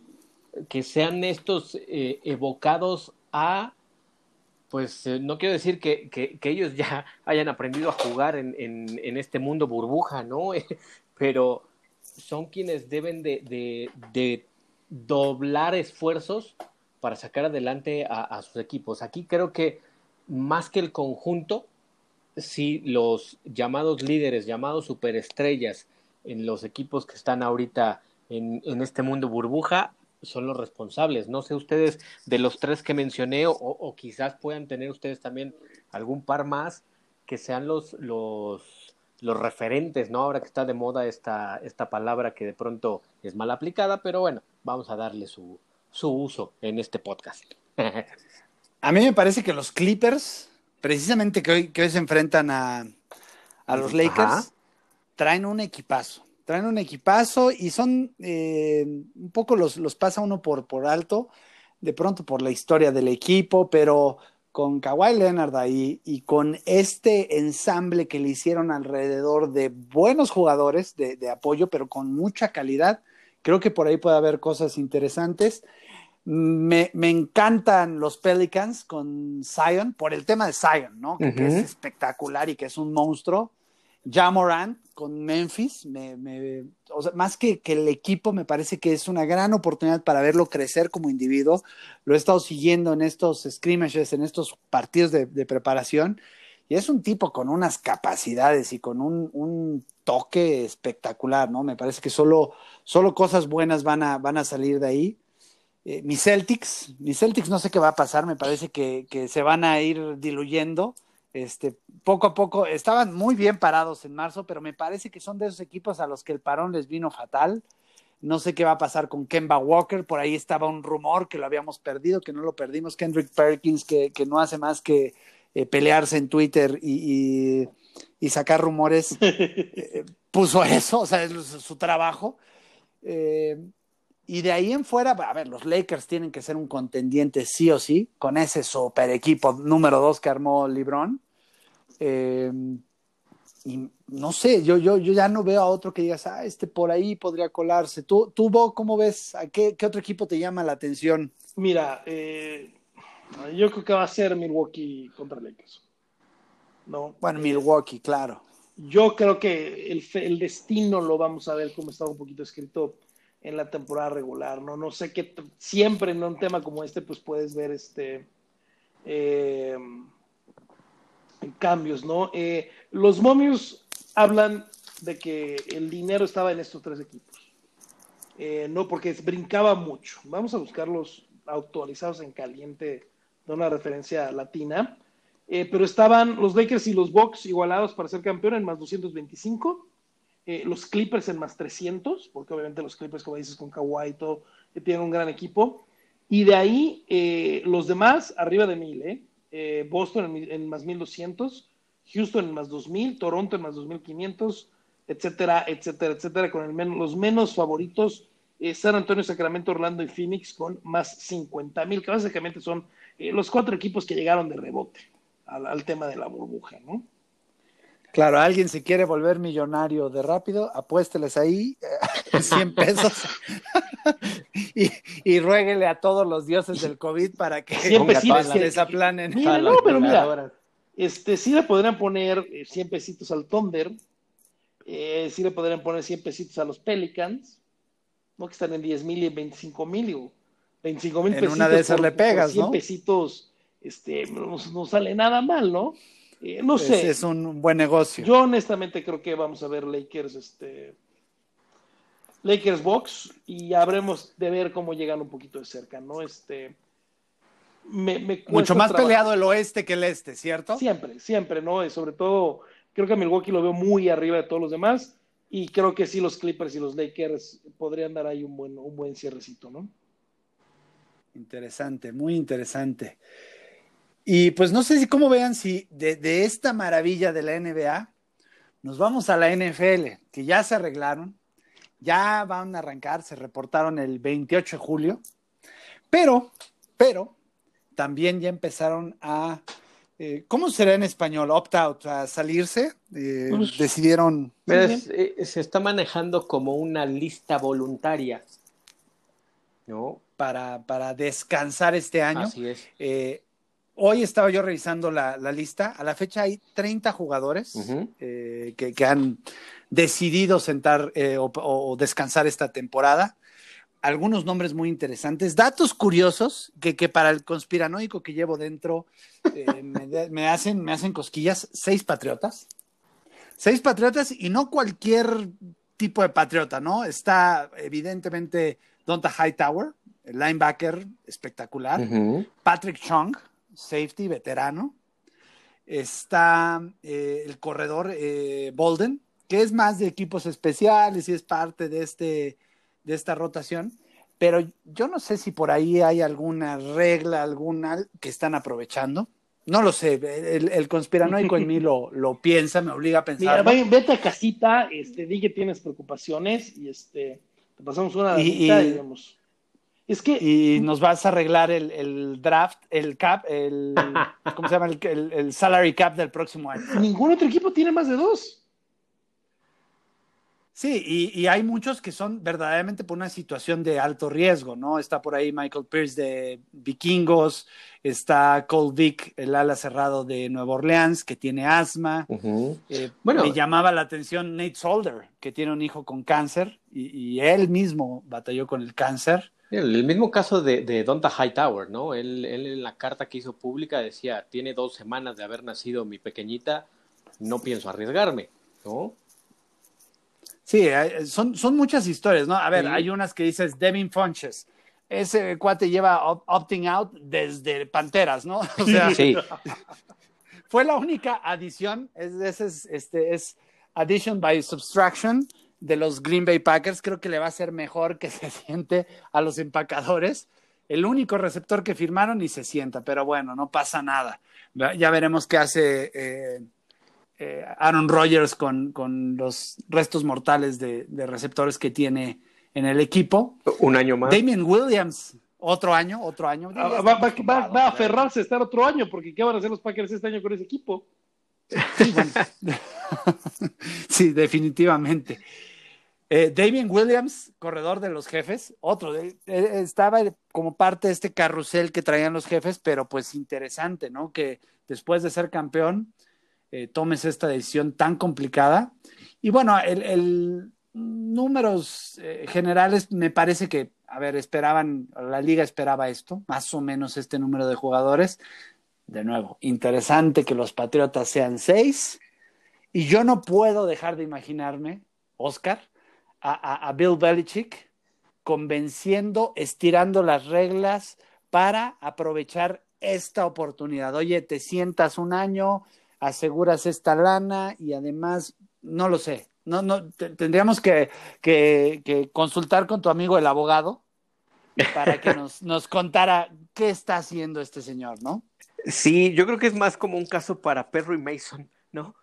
que sean estos eh, evocados a, pues eh, no quiero decir que, que, que, ellos ya hayan aprendido a jugar en, en, en este mundo burbuja, ¿no? Pero son quienes deben de, de, de doblar esfuerzos para sacar adelante a, a sus equipos. Aquí creo que más que el conjunto, sí, los llamados líderes, llamados superestrellas en los equipos que están ahorita en, en este mundo burbuja son los responsables. No sé ustedes de los tres que mencioné o, o quizás puedan tener ustedes también algún par más que sean los, los, los referentes, ¿no? Ahora que está de moda esta, esta palabra que de pronto es mal aplicada, pero bueno, vamos a darle su, su uso en este podcast. A mí me parece que los Clippers, precisamente que hoy, que hoy se enfrentan a, a los Lakers, Ajá. traen un equipazo. Traen un equipazo y son eh, un poco los, los pasa uno por, por alto, de pronto por la historia del equipo, pero con Kawhi Leonard ahí y con este ensamble que le hicieron alrededor de buenos jugadores de, de apoyo, pero con mucha calidad, creo que por ahí puede haber cosas interesantes. Me, me encantan los Pelicans con Zion, por el tema de Zion, ¿no? Que, uh-huh. que es espectacular y que es un monstruo. Ja Morant con Memphis, me, me, o sea, más que, que el equipo, me parece que es una gran oportunidad para verlo crecer como individuo. Lo he estado siguiendo en estos scrimmages, en estos partidos de, de preparación, y es un tipo con unas capacidades y con un, un toque espectacular, ¿no? Me parece que solo, solo cosas buenas van a, van a salir de ahí. Eh, mis Celtics, mis Celtics no sé qué va a pasar, me parece que, que se van a ir diluyendo. Este, poco a poco, estaban muy bien parados en marzo, pero me parece que son de esos equipos a los que el parón les vino fatal. No sé qué va a pasar con Kemba Walker, por ahí estaba un rumor que lo habíamos perdido, que no lo perdimos, Kendrick Perkins, que, que no hace más que eh, pelearse en Twitter y, y, y sacar rumores, eh, puso eso, o sea, es su, su trabajo. Eh, y de ahí en fuera, a ver, los Lakers tienen que ser un contendiente sí o sí, con ese super equipo número dos que armó LeBron. Eh, y no sé, yo, yo, yo ya no veo a otro que digas, ah, este por ahí podría colarse. ¿Tú, tú Bo, cómo ves? ¿A qué, qué otro equipo te llama la atención? Mira, eh, yo creo que va a ser Milwaukee contra Lakers. No, bueno, eh, Milwaukee, claro. Yo creo que el, el destino lo vamos a ver como estaba un poquito escrito en la temporada regular, ¿no? No sé qué, siempre en un tema como este, pues puedes ver este eh, cambios, ¿no? Eh, los momios hablan de que el dinero estaba en estos tres equipos. Eh, no, porque brincaba mucho. Vamos a buscarlos actualizados en caliente de una referencia latina. Eh, pero estaban los Lakers y los Bucks igualados para ser campeón en más doscientos veinticinco. Eh, los Clippers en más trescientos, porque obviamente los Clippers, como dices, con Kawhi y todo, eh, tienen un gran equipo. Y de ahí, eh, los demás, arriba de mil, ¿eh? Eh, Boston en, en más mil doscientos, Houston en más dos mil, Toronto en más dos mil quinientos, etcétera, etcétera, etcétera, con el men los menos favoritos, eh, San Antonio, Sacramento, Orlando y Phoenix con más cincuenta mil, que básicamente son eh, los cuatro equipos que llegaron de rebote al, al tema de la burbuja, ¿no? Claro, alguien se quiere volver millonario de rápido, apuésteles ahí eh, cien pesos y, y ruéguele a todos los dioses del COVID para que cien pesitos, la desaplanen. Mira, no, pero mira, este, sí le podrían poner eh, cien pesitos al Thunder, eh, sí le podrían poner cien pesitos a los Pelicans, ¿no? Que están en diez mil y en veinticinco mil, o veinticinco mil pesitos. En una de esas por, le pegas, por cien ¿no? pesitos, este, no, no sale nada mal, ¿no? Eh, no sé. Es, es un buen negocio. Yo honestamente creo que vamos a ver Lakers, este, Lakers Bucks, y habremos de ver cómo llegan un poquito de cerca, ¿no? Este, me, me Mucho más trabajo. peleado el oeste que el este, ¿cierto? Siempre, siempre, ¿no? Y sobre todo, creo que a Milwaukee lo veo muy arriba de todos los demás, y creo que sí los Clippers y los Lakers podrían dar ahí un buen, un buen cierrecito, ¿no? Interesante, muy interesante. Y pues no sé si cómo vean si de, de esta maravilla de la N B A nos vamos a la N F L, que ya se arreglaron, ya van a arrancar, se reportaron el veintiocho de julio, pero, pero también ya empezaron a, eh, ¿cómo será en español? Opt-out, a salirse, eh, Pues, decidieron... Pero es, eh, se está manejando como una lista voluntaria, ¿no? Para, para descansar este año. Así es. Eh, hoy estaba yo revisando la, la lista. A la fecha hay treinta jugadores Uh-huh. eh, que, que han decidido sentar eh, o, o descansar esta temporada. Algunos nombres muy interesantes. Datos curiosos que, que para el conspiranoico que llevo dentro eh, me, me, hacen, me hacen cosquillas. Seis patriotas. Seis patriotas y no cualquier tipo de patriota, ¿no? Está evidentemente Donta Hightower, el linebacker espectacular. Uh-huh. Patrick Chung, safety, veterano. Está eh, el corredor eh, Bolden, que es más de equipos especiales y es parte de, este, de esta rotación. Pero yo no sé si por ahí hay alguna regla, alguna que están aprovechando. No lo sé, el, el conspiranoico en mí lo, lo piensa, me obliga a pensar. Mira, vete a casita, este, di que tienes preocupaciones y este, te pasamos una y, damita y, y vemos. Es que... Y nos vas a arreglar el, el draft, el cap, el, ¿cómo se llama? El, el, el salary cap del próximo año. Ningún otro equipo tiene más de dos. Sí, y, y hay muchos que son verdaderamente por una situación de alto riesgo, ¿no? Está por ahí Michael Pierce de Vikingos, está Cole Vick, el ala cerrado de Nueva Orleans, que tiene asma. Uh-huh. Eh, bueno, me llamaba la atención Nate Solder, que tiene un hijo con cáncer, y, y él mismo batalló con el cáncer. El mismo caso de, de Donta Hightower, ¿no? Él, él en la carta que hizo pública decía, tiene dos semanas de haber nacido mi pequeñita, no pienso arriesgarme, ¿no? Sí, son, son muchas historias, ¿no? A ver, sí. Hay unas que dices Devin Funches. Ese cuate lleva opting out desde Panteras, ¿no? O sea, sí. Fue la única adición, es, es, es, este, es addition by subtraction de los Green Bay Packers. Creo que le va a ser mejor que se siente a los empacadores. El único receptor que firmaron y se sienta, pero bueno, no pasa nada. Ya veremos qué hace... Eh, Eh, Aaron Rodgers con, con los restos mortales de, de receptores que tiene en el equipo. Un año más. Damien Williams, otro año, otro año. Va, va, va, va a aferrarse a estar otro año, porque ¿qué van a hacer los Packers este año con ese equipo? Sí, bueno. Sí, definitivamente. Eh, Damien Williams, corredor de los Jefes, otro, eh, estaba como parte de este carrusel que traían los Jefes, pero pues interesante, ¿no? Que después de ser campeón, Eh, tomes esta decisión tan complicada. Y bueno, el, el números eh, generales me parece que, a ver, esperaban, la liga esperaba esto, más o menos este número de jugadores. de nuevo, interesante que los Patriotas sean seis, y yo no puedo dejar de imaginarme, Oscar, a, a, a Bill Belichick convenciendo, estirando las reglas para aprovechar esta oportunidad. Oye, te sientas un año, aseguras esta lana y además, no lo sé, no, no, te, tendríamos que, que, que consultar con tu amigo el abogado para que nos, nos contara qué está haciendo este señor, ¿no? Sí, yo creo que es más como un caso para Perry Mason, ¿no?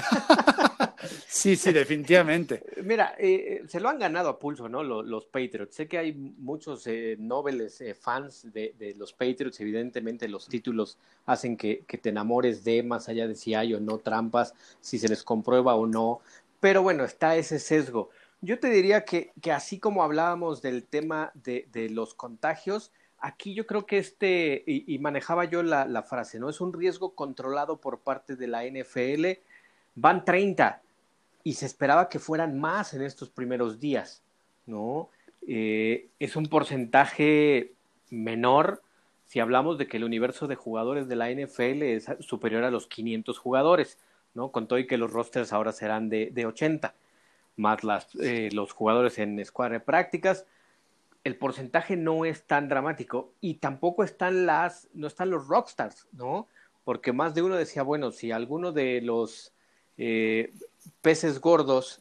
Sí, sí, definitivamente. Mira, eh, se lo han ganado a pulso, ¿no? Los, los Patriots. Sé que hay muchos eh, nobles eh, fans de, de los Patriots. Evidentemente, los títulos hacen que, que te enamores de, más allá de si hay o no trampas, si se les comprueba o no. Pero bueno, está ese sesgo. Yo te diría que, que así como hablábamos del tema de, de los contagios, aquí yo creo que este, y, y manejaba yo la, la frase, ¿no? Es un riesgo controlado por parte de la N F L. Van treinta y se esperaba que fueran más en estos primeros días, ¿no? Eh, es un porcentaje menor si hablamos de que el universo de jugadores de la N F L es superior a los quinientos jugadores, ¿no? Con todo y que los rosters ahora serán de, de ochenta, más las, eh, los jugadores en escuadra de prácticas. El porcentaje no es tan dramático y tampoco están las, no están los rockstars, ¿no? Porque más de uno decía, bueno, si alguno de los eh, peces gordos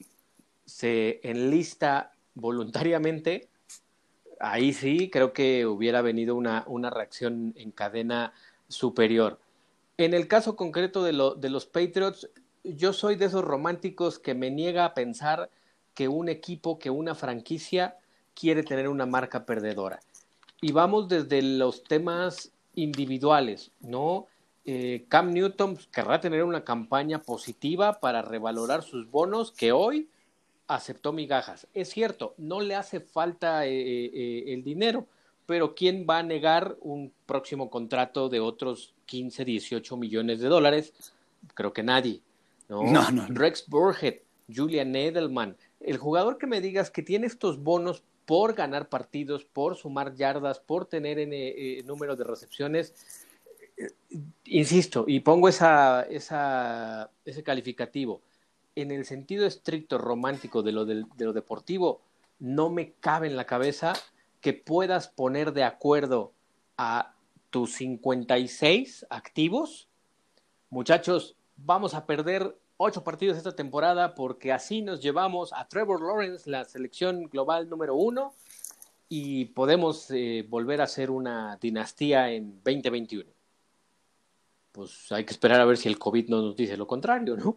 se enlista voluntariamente, ahí sí creo que hubiera venido una, una reacción en cadena superior. En el caso concreto de, lo, de los Patriots, yo soy de esos románticos que me niega a pensar que un equipo, que una franquicia quiere tener una marca perdedora. Y vamos desde los temas individuales, ¿no? Eh, Cam Newton querrá tener una campaña positiva para revalorar sus bonos, que hoy aceptó migajas. Es cierto, no le hace falta eh, eh, el dinero, pero ¿quién va a negar un próximo contrato de otros quince, dieciocho millones de dólares? Creo que nadie, ¿no? No, no, no. Rex Burhead, Julian Edelman, el jugador que me digas que tiene estos bonos por ganar partidos, por sumar yardas, por tener en, eh, número de recepciones, eh, insisto, y pongo esa, esa, ese calificativo, en el sentido estricto romántico de lo, de, de lo deportivo, no me cabe en la cabeza que puedas poner de acuerdo a tus cincuenta y seis activos. Muchachos, vamos a perder ocho partidos esta temporada porque así nos llevamos a Trevor Lawrence, la selección global número uno, y podemos eh, volver a ser una dinastía en veinte veintiuno. Pues hay que esperar a ver si el COVID no nos dice lo contrario, ¿no?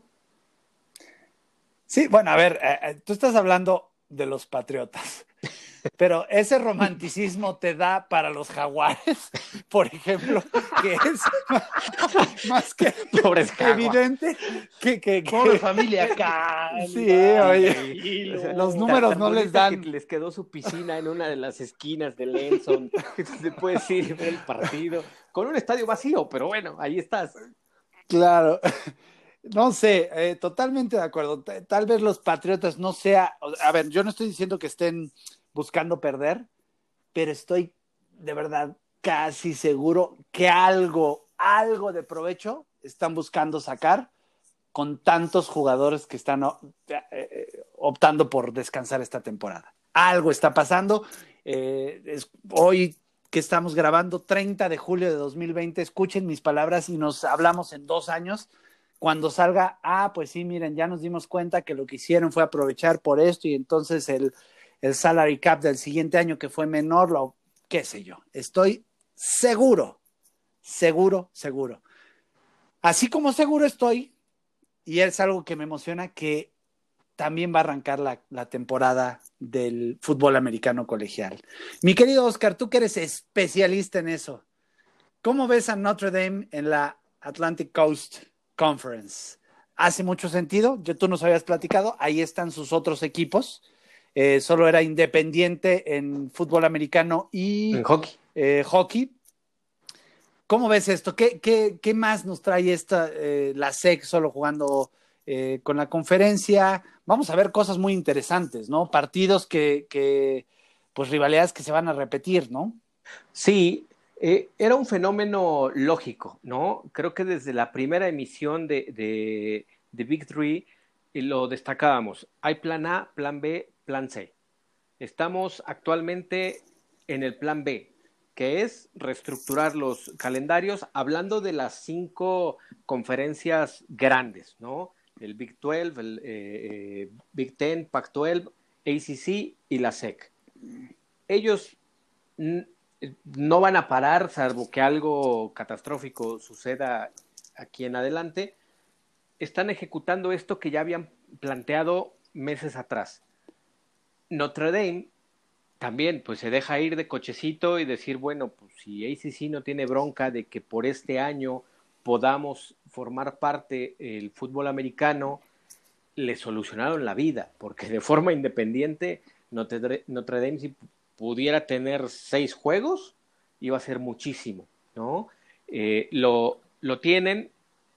Sí, bueno, a ver, eh, tú estás hablando de los Patriotas, pero ese romanticismo te da para los Jaguares, por ejemplo, que es más que Pobres evidente que, que, que... Pobre familia acá. Sí, oye, los números no les dan. Que les quedó su piscina en una de las esquinas de Lenson, se puede ir y ver el partido, con un estadio vacío, pero bueno, ahí estás. Claro. No sé, eh, totalmente de acuerdo. Tal vez los Patriotas no sea, a ver, yo no estoy diciendo que estén buscando perder, pero estoy de verdad casi seguro que algo, algo de provecho están buscando sacar con tantos jugadores que están eh, optando por descansar esta temporada. Algo está pasando. Eh, es, hoy que estamos grabando, treinta de julio de dos mil veinte, escuchen mis palabras y nos hablamos en dos años. Cuando salga, ah, pues sí, miren, ya nos dimos cuenta que lo que hicieron fue aprovechar por esto y entonces el, el salary cap del siguiente año que fue menor, lo, qué sé yo. Estoy seguro, seguro, seguro. Así como seguro estoy, y es algo que me emociona, que también va a arrancar la, la temporada del fútbol americano colegial. Mi querido Oscar, tú que eres especialista en eso, ¿cómo ves a Notre Dame en la Atlantic Coast Conference? ¿Hace mucho sentido? Yo, tú nos habías platicado, ahí están sus otros equipos, eh, solo era Independiente en fútbol americano y en hockey. Eh, hockey. ¿Cómo ves esto? ¿Qué, qué, qué más nos trae esta, eh, la S E C solo jugando eh, con la conferencia? Vamos a ver cosas muy interesantes, ¿no? Partidos que, que, pues rivalidades que se van a repetir, ¿no? Sí, Eh, era un fenómeno lógico, ¿no? Creo que desde la primera emisión de, de, de Big Three eh, lo destacábamos. Hay plan A, plan B, plan C. Estamos actualmente en el plan B, que es reestructurar los calendarios, hablando de las cinco conferencias grandes, ¿no? El Big doce, el eh, eh, Big diez, Pac doce, A C C y la S E C. Ellos no van a parar, salvo que algo catastrófico suceda aquí en adelante. Están ejecutando esto que ya habían planteado meses atrás. Notre Dame también pues se deja ir de cochecito y decir, bueno, pues si A C C no tiene bronca de que por este año podamos formar parte del fútbol americano, le solucionaron la vida, porque de forma independiente Notre, Notre Dame, si pudiera tener seis juegos, iba a ser muchísimo, ¿no? Eh, lo, lo tienen,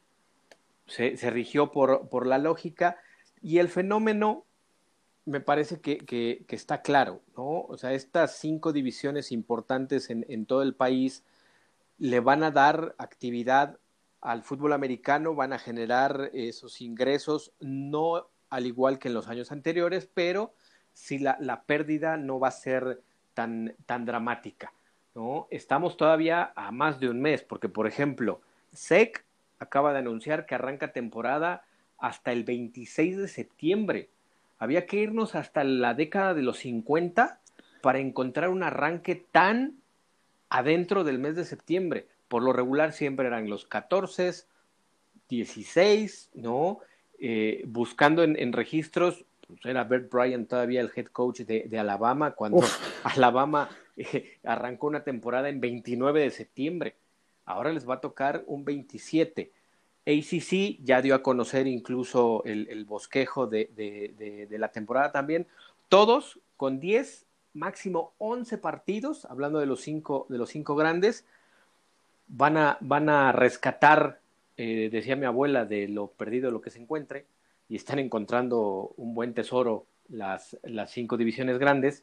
se, se rigió por, por la lógica, y el fenómeno me parece que, que, que está claro, ¿no? O sea, estas cinco divisiones importantes en, en todo el país le van a dar actividad al fútbol americano, van a generar esos ingresos, no al igual que en los años anteriores, pero sí la, la pérdida no va a ser tan, tan dramática, ¿no? Estamos todavía a más de un mes, porque, por ejemplo, S E C acaba de anunciar que arranca temporada hasta el veintiséis de septiembre. Había que irnos hasta la década de los cincuenta para encontrar un arranque tan adentro del mes de septiembre. Por lo regular siempre eran los catorce, dieciséis, ¿no? Eh, buscando en, en registros, pues era Bert Bryant todavía el head coach de, de Alabama, cuando Uf. Alabama eh, arrancó una temporada en veintinueve de septiembre. Ahora les va a tocar un veintisiete. A C C ya dio a conocer incluso el, el bosquejo de, de, de, de la temporada también. Todos con diez, máximo once partidos, hablando de los cinco, de los cinco grandes, van a, van a rescatar, eh, decía mi abuela, de lo perdido lo que se encuentre, y están encontrando un buen tesoro las, las cinco divisiones grandes.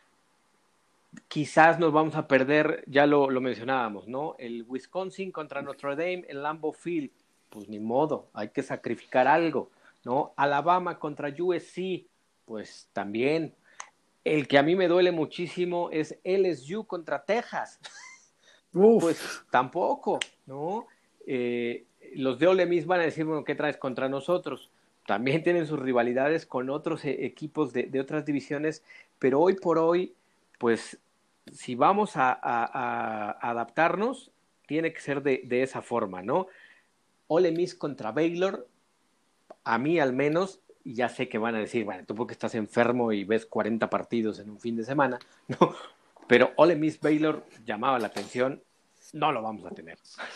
Quizás nos vamos a perder, ya lo, lo mencionábamos, ¿no? El Wisconsin contra Notre Dame en Lambeau Field, pues ni modo, hay que sacrificar algo, ¿no? Alabama contra U S C, pues también. El que a mí me duele muchísimo es L S U contra Texas. Uf. Pues tampoco, ¿no? Eh, los de Ole Miss van a decir, bueno, ¿qué traes contra nosotros? También tienen sus rivalidades con otros eh, equipos de, de otras divisiones, pero hoy por hoy, pues, si vamos a, a, a adaptarnos, tiene que ser de, de esa forma, ¿no? Ole Miss contra Baylor, a mí al menos, y ya sé que van a decir, bueno, tú porque estás enfermo y ves cuarenta partidos en un fin de semana, ¿no? Pero Ole Miss Baylor llamaba la atención, no lo vamos a tener.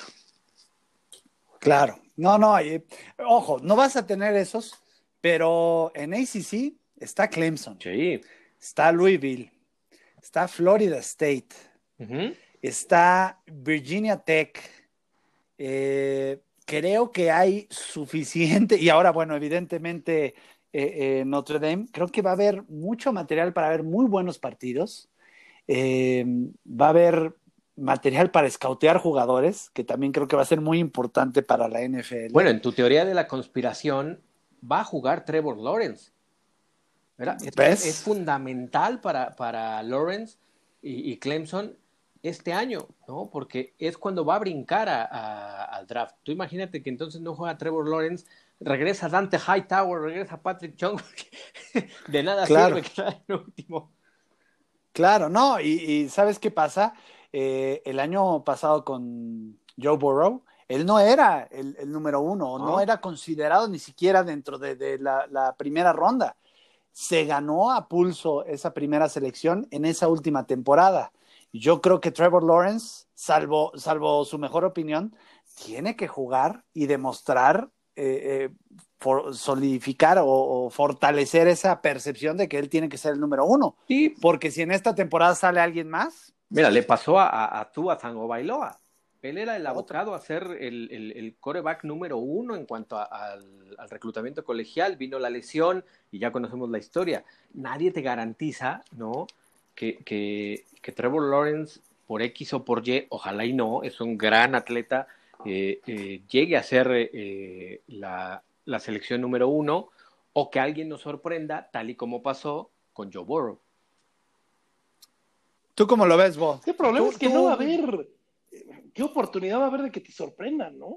Claro, no, no, eh, ojo, no vas a tener esos, pero en A C C está Clemson, sí. Está Louisville, está Florida State, uh-huh. Está Virginia Tech, eh, creo que hay suficiente, y ahora, bueno, evidentemente eh, eh, Notre Dame, creo que va a haber mucho material para ver muy buenos partidos, eh, va a haber material para escautear jugadores, que también creo que va a ser muy importante para la N F L. Bueno, en tu teoría de la conspiración, va a jugar Trevor Lawrence. ¿Ves? Es fundamental para, para Lawrence y, y Clemson este año, ¿no? Porque es cuando va a brincar a, a, al draft. Tú imagínate que entonces no juega Trevor Lawrence, regresa Dante Hightower, regresa Patrick Chung, de nada claro. sirve que sea el último. Claro, no, y, y ¿sabes qué pasa? Eh, el año pasado con Joe Burrow, él no era el, el número uno, oh. no era considerado ni siquiera dentro de, de la, la primera ronda. Se ganó a pulso esa primera selección en esa última temporada. Yo creo que Trevor Lawrence, salvo, salvo su mejor opinión, tiene que jugar y demostrar, eh, eh, for, solidificar o, o fortalecer esa percepción de que él tiene que ser el número uno. Sí. Porque si en esta temporada sale alguien más... Mira, le pasó a, a, a Tua Tagovailoa. Él era el abocado a ser el, el, el quarterback número uno en cuanto a, a, al, al reclutamiento colegial. Vino la lesión y ya conocemos la historia. Nadie te garantiza, ¿no?, que, que, que Trevor Lawrence por X o por Y, ojalá y no, es un gran atleta, eh, eh, llegue a ser eh, la, la selección número uno, o que alguien nos sorprenda, tal y como pasó con Joe Burrow. ¿Tú cómo lo ves, Bo? ¿Qué problema ¿Tú, es que tú... no va a haber? ¿Qué oportunidad va a haber de que te sorprendan, no?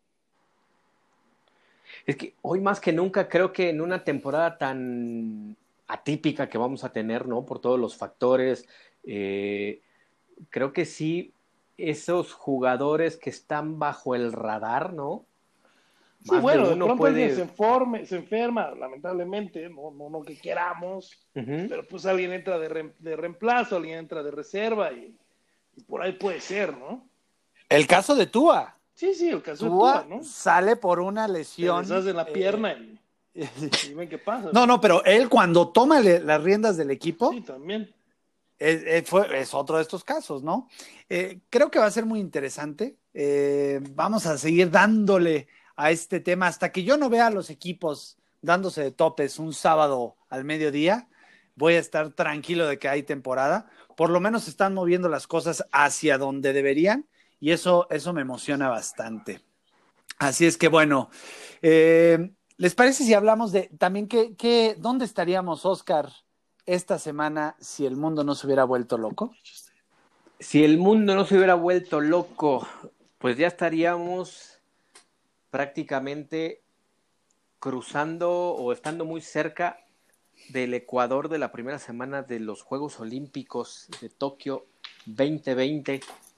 Es que hoy más que nunca creo que en una temporada tan atípica que vamos a tener, ¿no? Por todos los factores, eh, creo que sí, esos jugadores que están bajo el radar, ¿no? Sí, Más de bueno, de uno pronto alguien se, puede... informe, se enferma, lamentablemente, no, no, no que queramos, Uh-huh. pero pues alguien entra de, re, de reemplazo, alguien entra de reserva y, y por ahí puede ser, ¿no? El caso de Tua. Sí, sí, el caso Tua de Tua, ¿no? sale por una Te lesión. deshacen la eh, pierna y, y ven qué pasa. No, no, pero él cuando toma le, las riendas del equipo, Sí, también. es, es, fue, es otro de estos casos, ¿no? Eh, creo que va a ser muy interesante. Eh, vamos a seguir dándole a este tema hasta que yo no vea a los equipos dándose de topes un sábado al mediodía. Voy a estar tranquilo de que hay temporada. Por lo menos se están moviendo las cosas hacia donde deberían y eso, eso me emociona bastante. Así es que bueno, eh, ¿les parece si hablamos de también que, que, dónde estaríamos, Oscar, esta semana si el mundo no se hubiera vuelto loco? Si el mundo no se hubiera vuelto loco, pues ya estaríamos prácticamente cruzando o estando muy cerca del Ecuador de la primera semana de los Juegos Olímpicos de Tokio veinte veinte,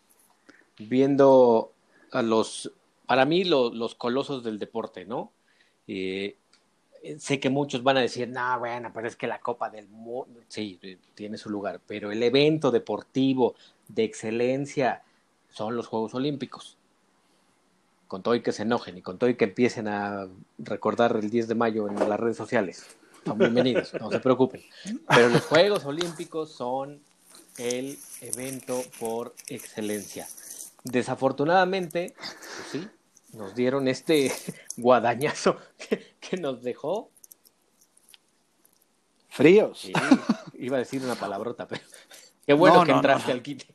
viendo a los, para mí, lo, los colosos del deporte, ¿no? Eh, sé que muchos van a decir, no, bueno, pero es que la Copa del Mundo, sí, tiene su lugar, pero el evento deportivo de excelencia son los Juegos Olímpicos. Con todo y que se enojen y con todo y que empiecen a recordar el diez de mayo en las redes sociales. Son bienvenidos, no se preocupen. Pero los Juegos Olímpicos son el evento por excelencia. Desafortunadamente, pues sí, nos dieron este guadañazo que, que nos dejó fríos. Sí, iba a decir una palabrota, pero qué bueno no, que no, entraste no. al quite.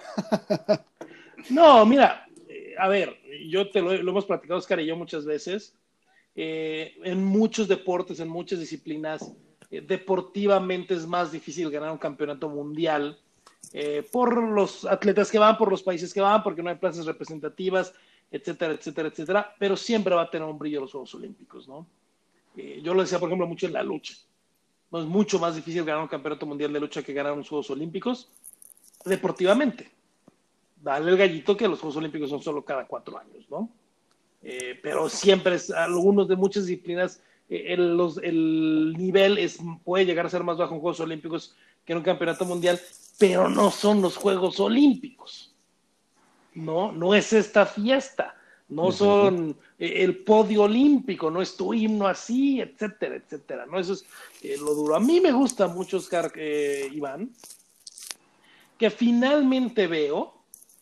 No, mira, eh, a ver, yo te lo, lo hemos platicado Oscar y yo muchas veces. Eh, en muchos deportes, en muchas disciplinas, eh, deportivamente es más difícil ganar un campeonato mundial eh, por los atletas que van, por los países que van, porque no hay plazas representativas, etcétera, etcétera, etcétera, pero siempre va a tener un brillo los Juegos Olímpicos, ¿no? Eh, yo lo decía, por ejemplo, mucho en la lucha. No es mucho más difícil ganar un campeonato mundial de lucha que ganar unos Juegos Olímpicos deportivamente. Dale el gallito que los Juegos Olímpicos son solo cada cuatro años, ¿no? Eh, pero siempre es, algunos de muchas disciplinas, eh, el, los, el nivel es, puede llegar a ser más bajo en Juegos Olímpicos que en un campeonato mundial, pero no son los Juegos Olímpicos, ¿no? No es esta fiesta, no uh-huh. son eh, el podio olímpico, no es tu himno así, etcétera, etcétera, ¿no? Eso es eh, lo duro. A mí me gusta mucho, Oscar, eh, Iván, que finalmente veo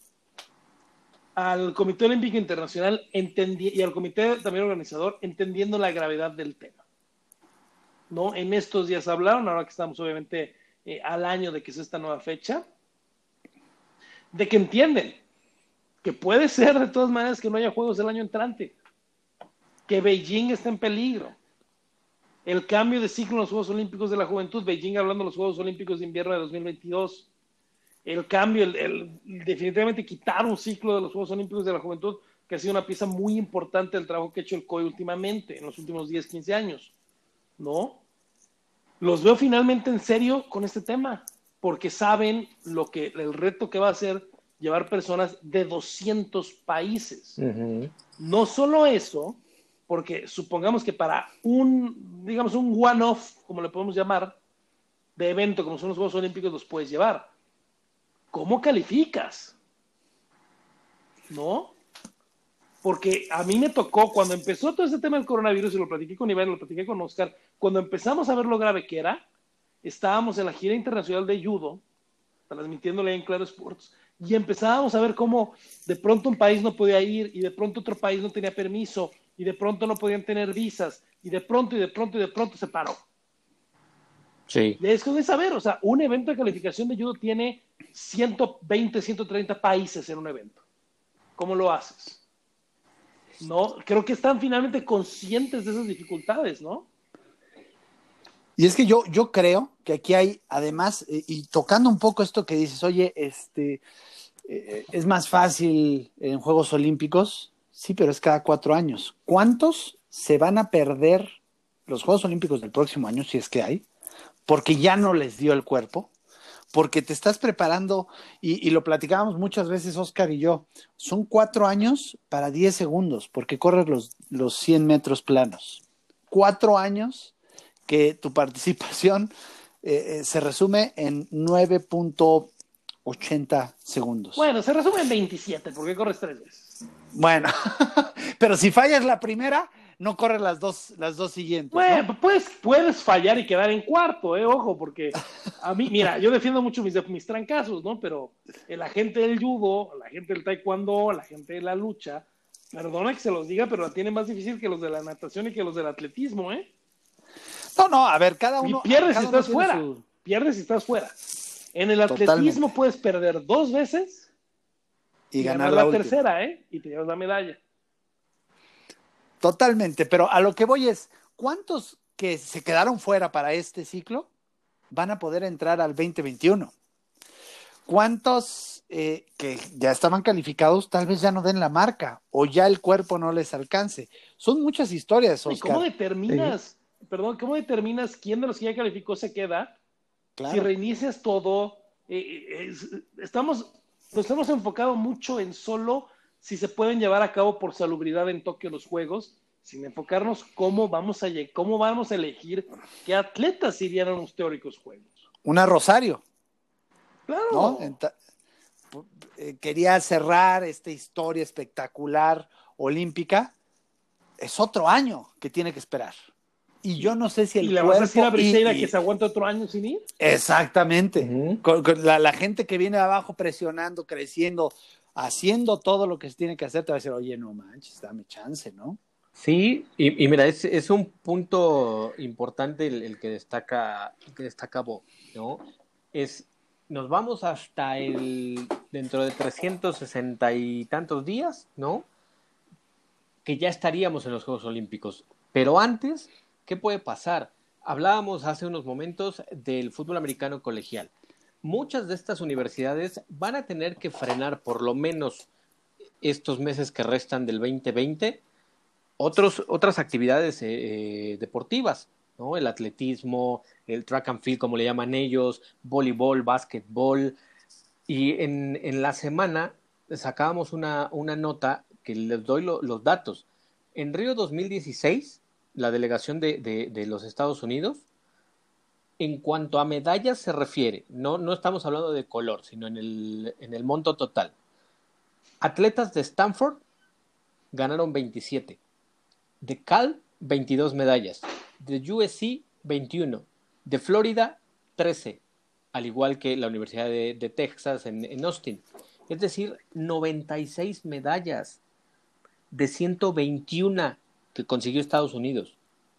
al Comité Olímpico Internacional entendi- y al comité también organizador entendiendo la gravedad del tema, ¿no? En estos días hablaron, ahora que estamos obviamente eh, al año de que es esta nueva fecha, de que entienden que puede ser de todas maneras que no haya juegos el año entrante, que Beijing está en peligro, el cambio de ciclo en los Juegos Olímpicos de la Juventud, Beijing hablando de los Juegos Olímpicos de Invierno de dos mil veintidós, el cambio, el, el, definitivamente quitar un ciclo de los Juegos Olímpicos de la Juventud, que ha sido una pieza muy importante del trabajo que ha hecho el C O I últimamente, en los últimos diez, quince años, ¿no? Los veo finalmente en serio con este tema, porque saben lo que, el reto que va a ser llevar personas de doscientos países. Uh-huh. No solo eso, porque supongamos que para un, digamos, un one-off, como le podemos llamar, de evento como son los Juegos Olímpicos, los puedes llevar. ¿Cómo calificas? ¿No? Porque a mí me tocó, cuando empezó todo este tema del coronavirus, y lo platiqué con Iván, lo platiqué con Oscar, cuando empezamos a ver lo grave que era, estábamos en la gira internacional de judo, transmitiéndole en Claro Sports, y empezábamos a ver cómo de pronto un país no podía ir, y de pronto otro país no tenía permiso, y de pronto no podían tener visas, y de pronto, y de pronto, y de pronto se paró. Sí. Y es que de saber, o sea, un evento de calificación de judo tiene ciento veinte, ciento treinta países en un evento. ¿Cómo lo haces? No, creo que están finalmente conscientes de esas dificultades, ¿no? Y es que yo, yo creo que aquí hay, además, eh, y tocando un poco esto que dices, oye, este, eh, es más fácil en Juegos Olímpicos, sí, pero es cada cuatro años. ¿Cuántos se van a perder los Juegos Olímpicos del próximo año, si es que hay? Porque ya no les dio el cuerpo, porque te estás preparando, y, y lo platicábamos muchas veces Oscar y yo, son cuatro años para diez segundos, porque corres los, los cien metros planos. Cuatro años que tu participación eh, eh, se resume en nueve punto ochenta segundos. Bueno, se resume en veintisiete, porque corres tres veces. Bueno, pero si fallas la primera, no corres las dos, las dos siguientes. Bueno, ¿no? pues puedes fallar y quedar en cuarto, eh, ojo, porque a mí, mira, yo defiendo mucho mis, mis trancazos, ¿no? Pero la gente del judo, la gente del taekwondo, la gente de la lucha, perdona que se los diga, pero la tiene más difícil que los de la natación y que los del atletismo, ¿eh? No, no, a ver, cada uno. Y pierdes cada si uno estás tiene fuera. su... Pierdes si estás fuera. En el atletismo Totalmente. puedes perder dos veces Y, y, ganar ganar la, la última. tercera, ¿eh? Y te llevas la medalla. Totalmente, pero a lo que voy es, ¿cuántos que se quedaron fuera para este ciclo van a poder entrar al veinte veintiuno? ¿Cuántos eh, que ya estaban calificados tal vez ya no den la marca o ya el cuerpo no les alcance? Son muchas historias, ¿Y Oscar. cómo determinas, sí. perdón, cómo determinas quién de los que ya calificó se queda? Claro. Si reinicias todo, eh, es, estamos, nos hemos enfocado mucho en solo si se pueden llevar a cabo por salubridad en Tokio los Juegos, sin enfocarnos cómo vamos a, cómo vamos a elegir qué atletas irían a los teóricos Juegos. Una Rosario. Claro. ¿No? Ent- quería cerrar esta historia espectacular olímpica. Es otro año que tiene que esperar. Y yo no sé si el ¿Y le cuerpo... vas a decir a Briseida y, y... que se aguanta otro año sin ir? Exactamente. Uh-huh. Con, con la, la gente que viene abajo presionando, creciendo, haciendo todo lo que se tiene que hacer, te va a decir, oye, no manches, dame chance, ¿no? Sí, y, y mira, es, es un punto importante el, el que destaca, el que destaca Bo, ¿no? Es, nos vamos hasta el, dentro de trescientos sesenta y tantos días, ¿no? Que ya estaríamos en los Juegos Olímpicos. Pero antes, ¿qué puede pasar? Hablábamos hace unos momentos del fútbol americano colegial. Muchas de estas universidades van a tener que frenar por lo menos estos meses que restan del veinte veinte otros, otras actividades eh, deportivas, ¿no? El atletismo, el track and field, como le llaman ellos, voleibol, básquetbol. Y en, en la semana sacábamos una, una nota que les doy lo, los datos. En Río dos mil dieciséis, la delegación de, de, de los Estados Unidos, en cuanto a medallas se refiere, no, no estamos hablando de color, sino en el, en el monto total. Atletas de Stanford ganaron veintisiete. De Cal, veintidós medallas. De U S C, veintiuno. De Florida, trece. Al igual que la Universidad de, de Texas en, en Austin. Es decir, noventa y seis medallas de ciento veintiuno que consiguió Estados Unidos.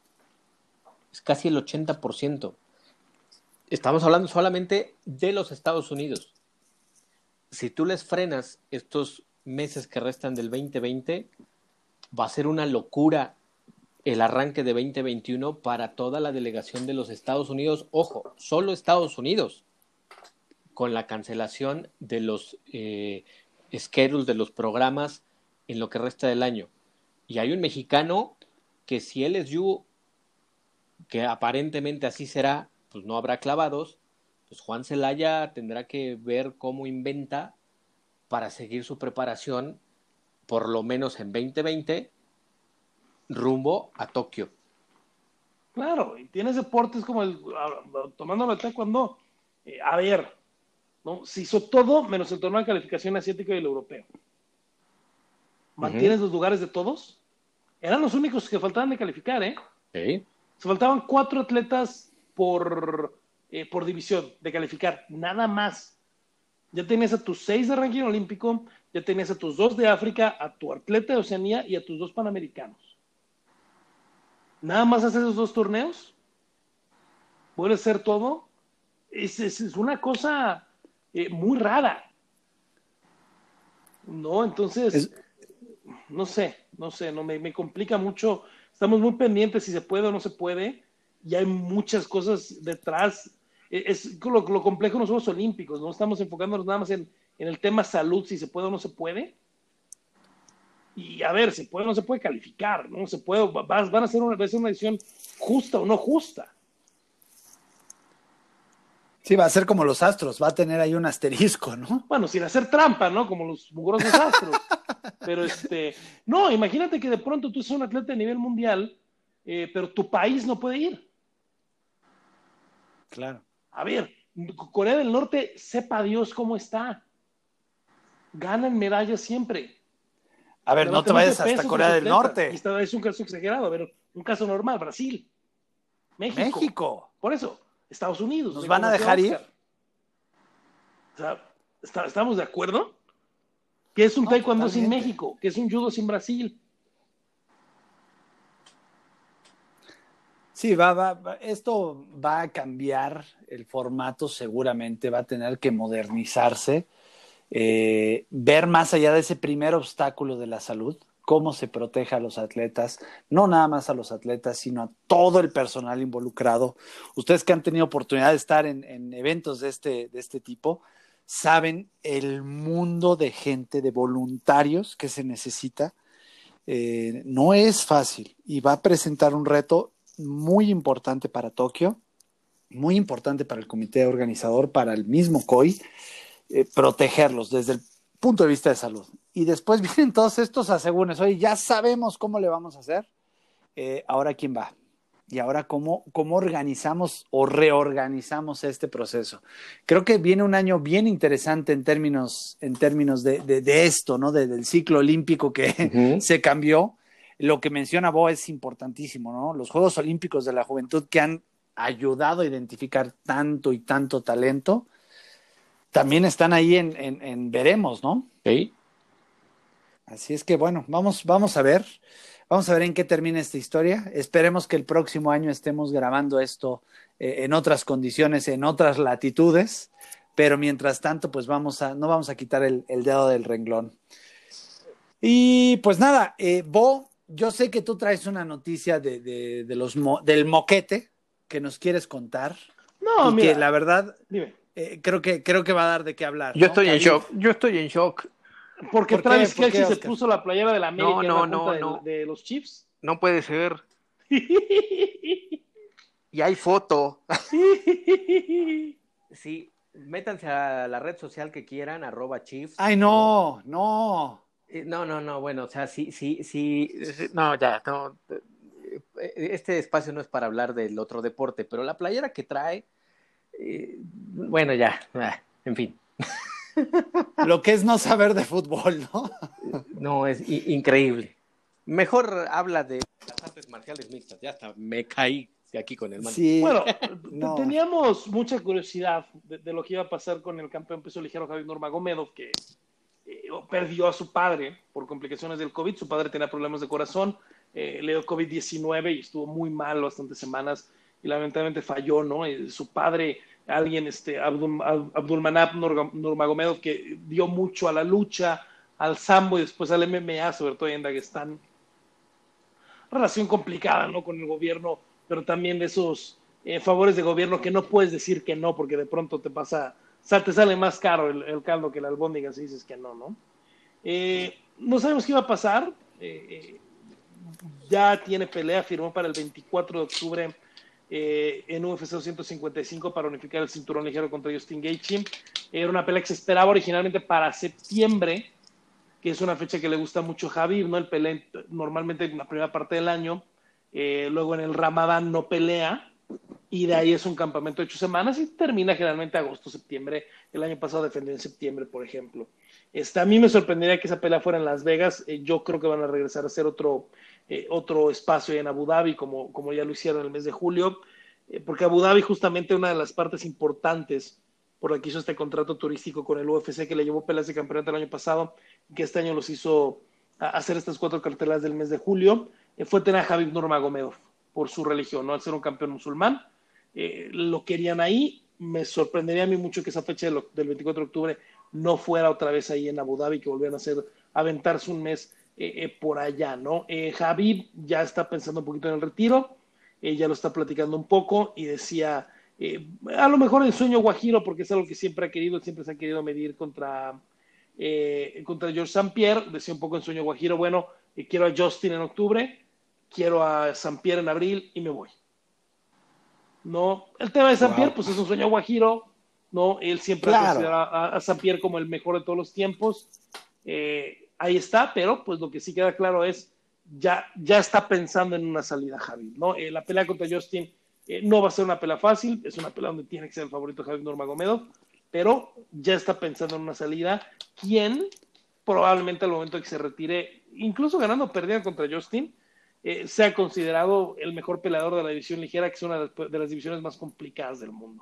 Es casi el ochenta por ciento. Estamos hablando solamente de los Estados Unidos. Si tú les frenas estos meses que restan del veinte veinte, va a ser una locura el arranque de veinte veintiuno para toda la delegación de los Estados Unidos. Ojo, solo Estados Unidos, con la cancelación de los eh, schedules, de los programas en lo que resta del año. Y hay un mexicano que si L S U, que aparentemente así será, pues no habrá clavados, pues Juan Celaya tendrá que ver cómo inventa para seguir su preparación, por lo menos en veinte veinte, rumbo a Tokio. Claro, y tienes deportes como el, tomándolo de taekwondo, eh, a ver, ¿no? Se hizo todo menos el torneo de calificación asiático y el europeo. ¿Mantienes uh-huh. los lugares de todos? Eran los únicos que faltaban de calificar, ¿eh? Sí. Se faltaban cuatro atletas por, eh, por división de calificar, nada más. Ya tenías a tus seis de ranking olímpico, ya tenías a tus dos de África, a tu atleta de Oceanía y a tus dos panamericanos. ¿Nada más haces esos dos torneos? puede ser todo, es, es, es una cosa eh, muy rara, ¿no? Entonces, Es, no sé, no sé, no me, me complica mucho. Estamos muy pendientes si se puede o no se puede, y hay muchas cosas detrás. Es, es lo, lo complejo en los Juegos Olímpicos, no estamos enfocándonos nada más en, en el tema salud, si se puede o no se puede. Y a ver, se puede o no se puede calificar, ¿no? Se puede, va, van a ser una, va a ser una decisión justa o no justa. sí, va a ser como los Astros, va a tener ahí un asterisco, ¿no? Bueno, sin hacer trampa, ¿no? Como los mugrosos Astros. Pero este, no, imagínate que de pronto tú eres un atleta a nivel mundial, eh, pero tu país no puede ir. Claro. A ver, Corea del Norte, sepa Dios cómo está. Ganan medallas siempre. A ver, no te vayas hasta Corea del Norte. Y esta es un caso exagerado, a ver, un caso normal, Brasil, México. México. Por eso, Estados Unidos. ¿Nos van a dejar ir? O sea, ¿está, ¿estamos de acuerdo? ¿Qué es un no, taekwondo totalmente. sin México? ¿Qué es un judo sin Brasil? Sí, va, va, va, esto va a cambiar el formato seguramente, va a tener que modernizarse, eh, ver más allá de ese primer obstáculo de la salud, cómo se protege a los atletas, no nada más a los atletas, sino a todo el personal involucrado. Ustedes que han tenido oportunidad de estar en, en eventos de este, de este tipo, saben el mundo de gente, de voluntarios que se necesita. Eh, no es fácil y va a presentar un reto muy importante para Tokio, muy importante para el comité organizador, para el mismo C O I, eh, protegerlos desde el punto de vista de salud. Y después vienen todos estos asegúnes, oye, ya sabemos cómo le vamos a hacer, eh, ahora quién va. Y ahora cómo, cómo organizamos o reorganizamos este proceso. Creo que viene un año bien interesante en términos, en términos de, de, de esto, ¿no? De, del ciclo olímpico que uh-huh. se cambió. Lo que menciona Bo es importantísimo, ¿no? Los Juegos Olímpicos de la Juventud que han ayudado a identificar tanto y tanto talento, también están ahí en, en, en veremos, ¿no? Sí. Así es que, bueno, vamos, vamos a ver. Vamos a ver en qué termina esta historia. Esperemos que el próximo año estemos grabando esto eh, en otras condiciones, en otras latitudes, pero mientras tanto, pues vamos a, no vamos a quitar el, el dedo del renglón. Y pues nada, eh, Bo, yo sé que tú traes una noticia de, de, de los mo, del moquete que nos quieres contar. No, y mira, que la verdad, dime. Eh, creo que creo que va a dar de qué hablar. Yo ¿no? estoy Khabib. en shock. Yo estoy en shock. Porque ¿Por Travis qué? ¿Por qué, Kelce se Oscar? puso la playera de la América No, en no, la no, junta no. de, de los Chiefs. No puede ser. Y hay foto. Sí, métanse a la red social que quieran, arroba Chiefs. Ay, no, no. No, no, no, bueno, o sea, sí, sí, sí. No, ya, no. Este espacio no es para hablar del otro deporte, pero la playera que trae, eh, bueno, ya, en fin. Lo que es no saber de fútbol, ¿no? No, es increíble. Mejor habla de las artes marciales mixtas. Ya hasta me caí de aquí con el mando. Sí, bueno, no. teníamos mucha curiosidad de, de lo que iba a pasar con el campeón peso ligero Khabib Nurmagomedov, que eh, perdió a su padre por complicaciones del COVID. Su padre tenía problemas de corazón, eh, le dio COVID diecinueve y estuvo muy mal bastantes semanas y lamentablemente falló, ¿no? Eh, su padre, alguien, este, Abdul, Abdulmanap Nurmagomedov, que dio mucho a la lucha, al sambo y después al M M A, sobre todo en Daguestán. Relación complicada, ¿no? Con el gobierno, pero también de esos eh, favores de gobierno que no puedes decir que no, porque de pronto te pasa, o sea, te sale más caro el, el caldo que la albóndiga si dices que no, ¿no? Eh, no sabemos qué iba a pasar. Eh, eh, ya tiene pelea, firmó para el veinticuatro de octubre eh, en U F C doscientos cincuenta y cinco para unificar el cinturón ligero contra Justin Gaethje. Era una pelea que se esperaba originalmente para septiembre, que es una fecha que le gusta mucho a Khabib, ¿no? El pelea normalmente en la primera parte del año, eh, luego en el Ramadán no pelea, y de ahí es un campamento de ocho semanas y termina generalmente agosto, septiembre. El año pasado defendió en septiembre, por ejemplo. Este, a mí me sorprendería que esa pelea fuera en Las Vegas. Eh, yo creo que van a regresar a hacer otro, eh, otro espacio en Abu Dhabi, como, como ya lo hicieron en el mes de julio, eh, porque Abu Dhabi justamente una de las partes importantes por la que hizo este contrato turístico con el U F C, que le llevó peleas de campeonato el año pasado, que este año los hizo hacer estas cuatro carteladas del mes de julio, eh, fue tener a Khabib Nurmagomedov por su religión, ¿no? Al ser un campeón musulmán, eh, lo querían ahí. Me sorprendería a mí mucho que esa fecha de lo, del veinticuatro de octubre no fuera otra vez ahí en Abu Dhabi, que volvieran a hacer, a aventarse un mes eh, eh, por allá, ¿no? Eh, Khabib ya está pensando un poquito en el retiro, eh, ya lo está platicando un poco y decía, eh, a lo mejor el sueño guajiro, porque es algo que siempre ha querido, siempre se ha querido medir contra, eh, contra George Saint Pierre, decía un poco en sueño guajiro, bueno, eh, quiero a Justin en octubre, quiero a Saint Pierre en abril y me voy. No, el tema de Saint Pierre, Wow. pues es un sueño guajiro, ¿no? Él siempre Claro. ha considerado a, a Saint Pierre como el mejor de todos los tiempos. Eh, ahí está, pero pues lo que sí queda claro es, ya, ya está pensando en una salida Khabib, ¿no? Eh, la pelea contra Justin eh, no va a ser una pelea fácil, es una pelea donde tiene que ser el favorito Khabib Nurmagomedov, pero ya está pensando en una salida. ¿Quién? Probablemente al momento de que se retire, incluso ganando o perdiendo contra Justin, eh, sea considerado el mejor peleador de la división ligera, que es una de las divisiones más complicadas del mundo.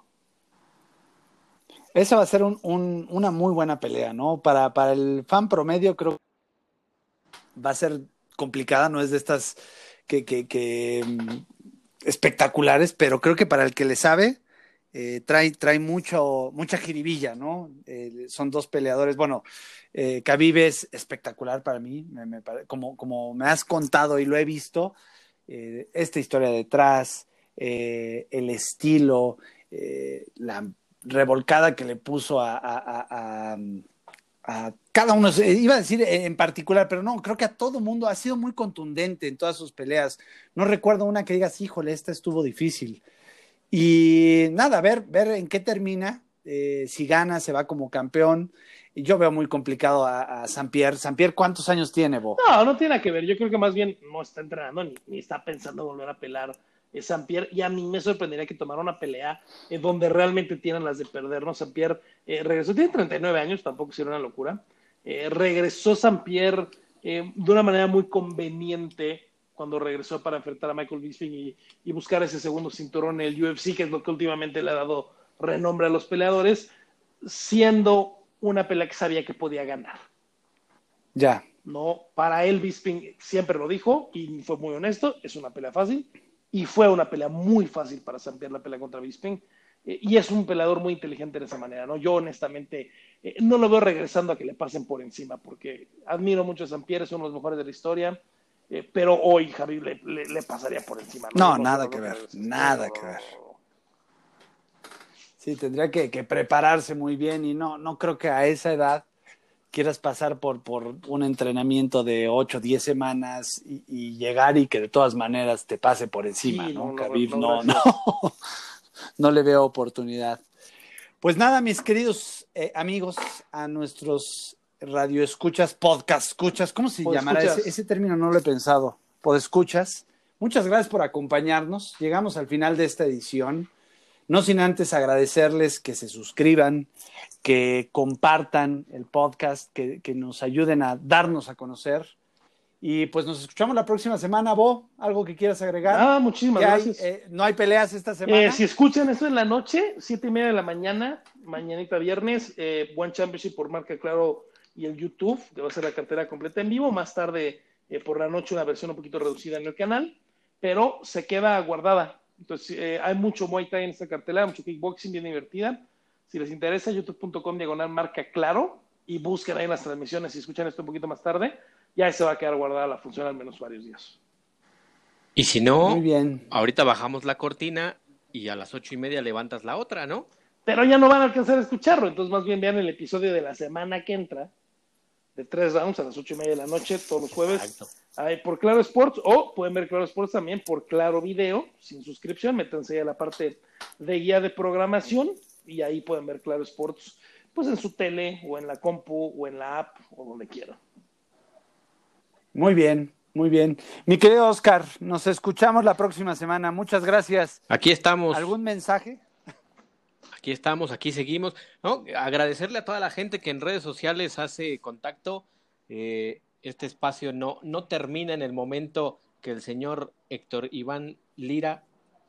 Esa va a ser un, un, una muy buena pelea, ¿no? Para, para el fan promedio creo que va a ser complicada, no es de estas que, que, que um, espectaculares, pero creo que para el que le sabe, eh, trae, trae mucho, mucha jiribilla, ¿no? Eh, son dos peleadores, bueno, eh, Khabib es espectacular para mí, me, me, como, como me has contado y lo he visto, eh, esta historia detrás, eh, el estilo, eh, la revolcada que le puso a, a, a, a, a cada uno, iba a decir en particular, pero no, creo que a todo mundo ha sido muy contundente en todas sus peleas. No recuerdo una que digas, híjole, esta estuvo difícil. Y nada, a ver, ver en qué termina. Eh, si gana, se va como campeón. Y yo veo muy complicado a, a Saint Pierre. Saint Pierre, ¿cuántos años tiene, Bo? No, no tiene nada que ver. Yo creo que más bien no está entrenando ni, ni está pensando volver a pelear eh, Saint Pierre. Y a mí me sorprendería que tomara una pelea eh, donde realmente tienen las de perder, ¿no? Saint Pierre eh, regresó, tiene treinta y nueve años, tampoco sería una locura. Eh, regresó Saint Pierre eh, de una manera muy conveniente cuando regresó para enfrentar a Michael Bisping y, y buscar ese segundo cinturón en el U F C, que es lo que últimamente le ha dado renombre a los peleadores, siendo una pelea que sabía que podía ganar. Ya. No, para él Bisping siempre lo dijo y fue muy honesto, es una pelea fácil y fue una pelea muy fácil para Saint Pierre la pelea contra Bisping eh, y es un peleador muy inteligente de esa manera, ¿no? Yo honestamente eh, no lo veo regresando a que le pasen por encima porque admiro mucho a Saint Pierre, es uno de los mejores de la historia, eh, pero hoy Khabib le, le, le pasaría por encima. No, no, no nada no, que no, ver, no, nada no, que no, ver. no. Sí, tendría que, que prepararse muy bien y no, no creo que a esa edad quieras pasar por, por un entrenamiento de ocho, diez semanas y, y llegar y que de todas maneras te pase por encima, Sí, ¿no? no, no, Khabib no, no, no, no, no le veo oportunidad. Pues nada, mis queridos eh, amigos, a nuestros radioescuchas, podcast escuchas, ¿cómo se Pues llamará? Ese, escuchas. ese término no lo he pensado. Podescuchas. Muchas gracias por acompañarnos. Llegamos al final de esta edición. No sin antes agradecerles que se suscriban, que compartan el podcast, que, que nos ayuden a darnos a conocer. Y pues nos escuchamos la próxima semana. Bo, ¿algo que quieras agregar? Nada, muchísimas ¿Qué hay? gracias. Eh, ¿No hay peleas esta Eh, semana? si escuchan esto en la noche, siete y media de la mañana, mañanita viernes, eh, One Championship por Marca Claro y el YouTube, que va a ser la cartera completa en vivo. Más tarde, eh, por la noche, una versión un poquito reducida en el canal, pero se queda guardada. Entonces, eh, hay mucho Muay Thai en esta cartelera, mucho kickboxing, bien divertida. Si les interesa, youtube punto com diagonal Marca Claro y busquen ahí las transmisiones si escuchan esto un poquito más tarde. Ya se va a quedar guardada la función al menos varios días. Y si Muy no, bien. ahorita bajamos la cortina y a las ocho y media levantas la otra, ¿no? Pero ya no van a alcanzar a escucharlo, entonces más bien vean el episodio de la semana que entra, de tres rounds a las ocho y media de la noche, todos los jueves, Exacto. ahí por Claro Sports, o pueden ver Claro Sports también por Claro Video, sin suscripción, métanse ahí a la parte de guía de programación, y ahí pueden ver Claro Sports, pues en su tele, o en la compu, o en la app, o donde quieran. Muy bien, muy bien. Mi querido Oscar, nos escuchamos la próxima semana. Muchas gracias. Aquí estamos. ¿Algún mensaje? Aquí estamos, aquí seguimos. ¿No? Agradecerle a toda la gente que en redes sociales hace contacto. Eh, este espacio no, no termina en el momento que el señor Héctor Iván Lira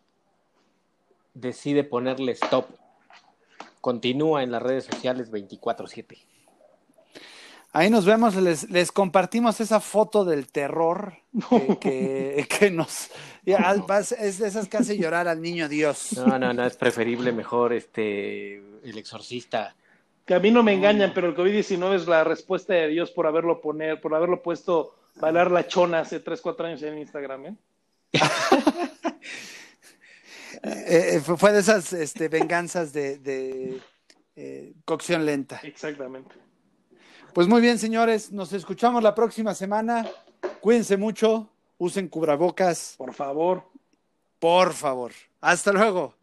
decide ponerle stop. Continúa en las redes sociales veinticuatro siete. Ahí nos vemos, les, les compartimos esa foto del terror que, que, que nos... Ya, es de esas que hace llorar al niño Dios. No, no, no, es preferible mejor este El Exorcista. Que a mí no me engañan, pero el COVID diecinueve es la respuesta de Dios por haberlo poner, por haberlo puesto bailar la chona hace tres, cuatro años en Instagram, ¿eh? eh, fue de esas este, venganzas de, de eh, cocción lenta. Exactamente. Pues muy bien, señores, nos escuchamos la próxima semana. Cuídense mucho, usen cubrebocas. Por favor. Por favor. Hasta luego.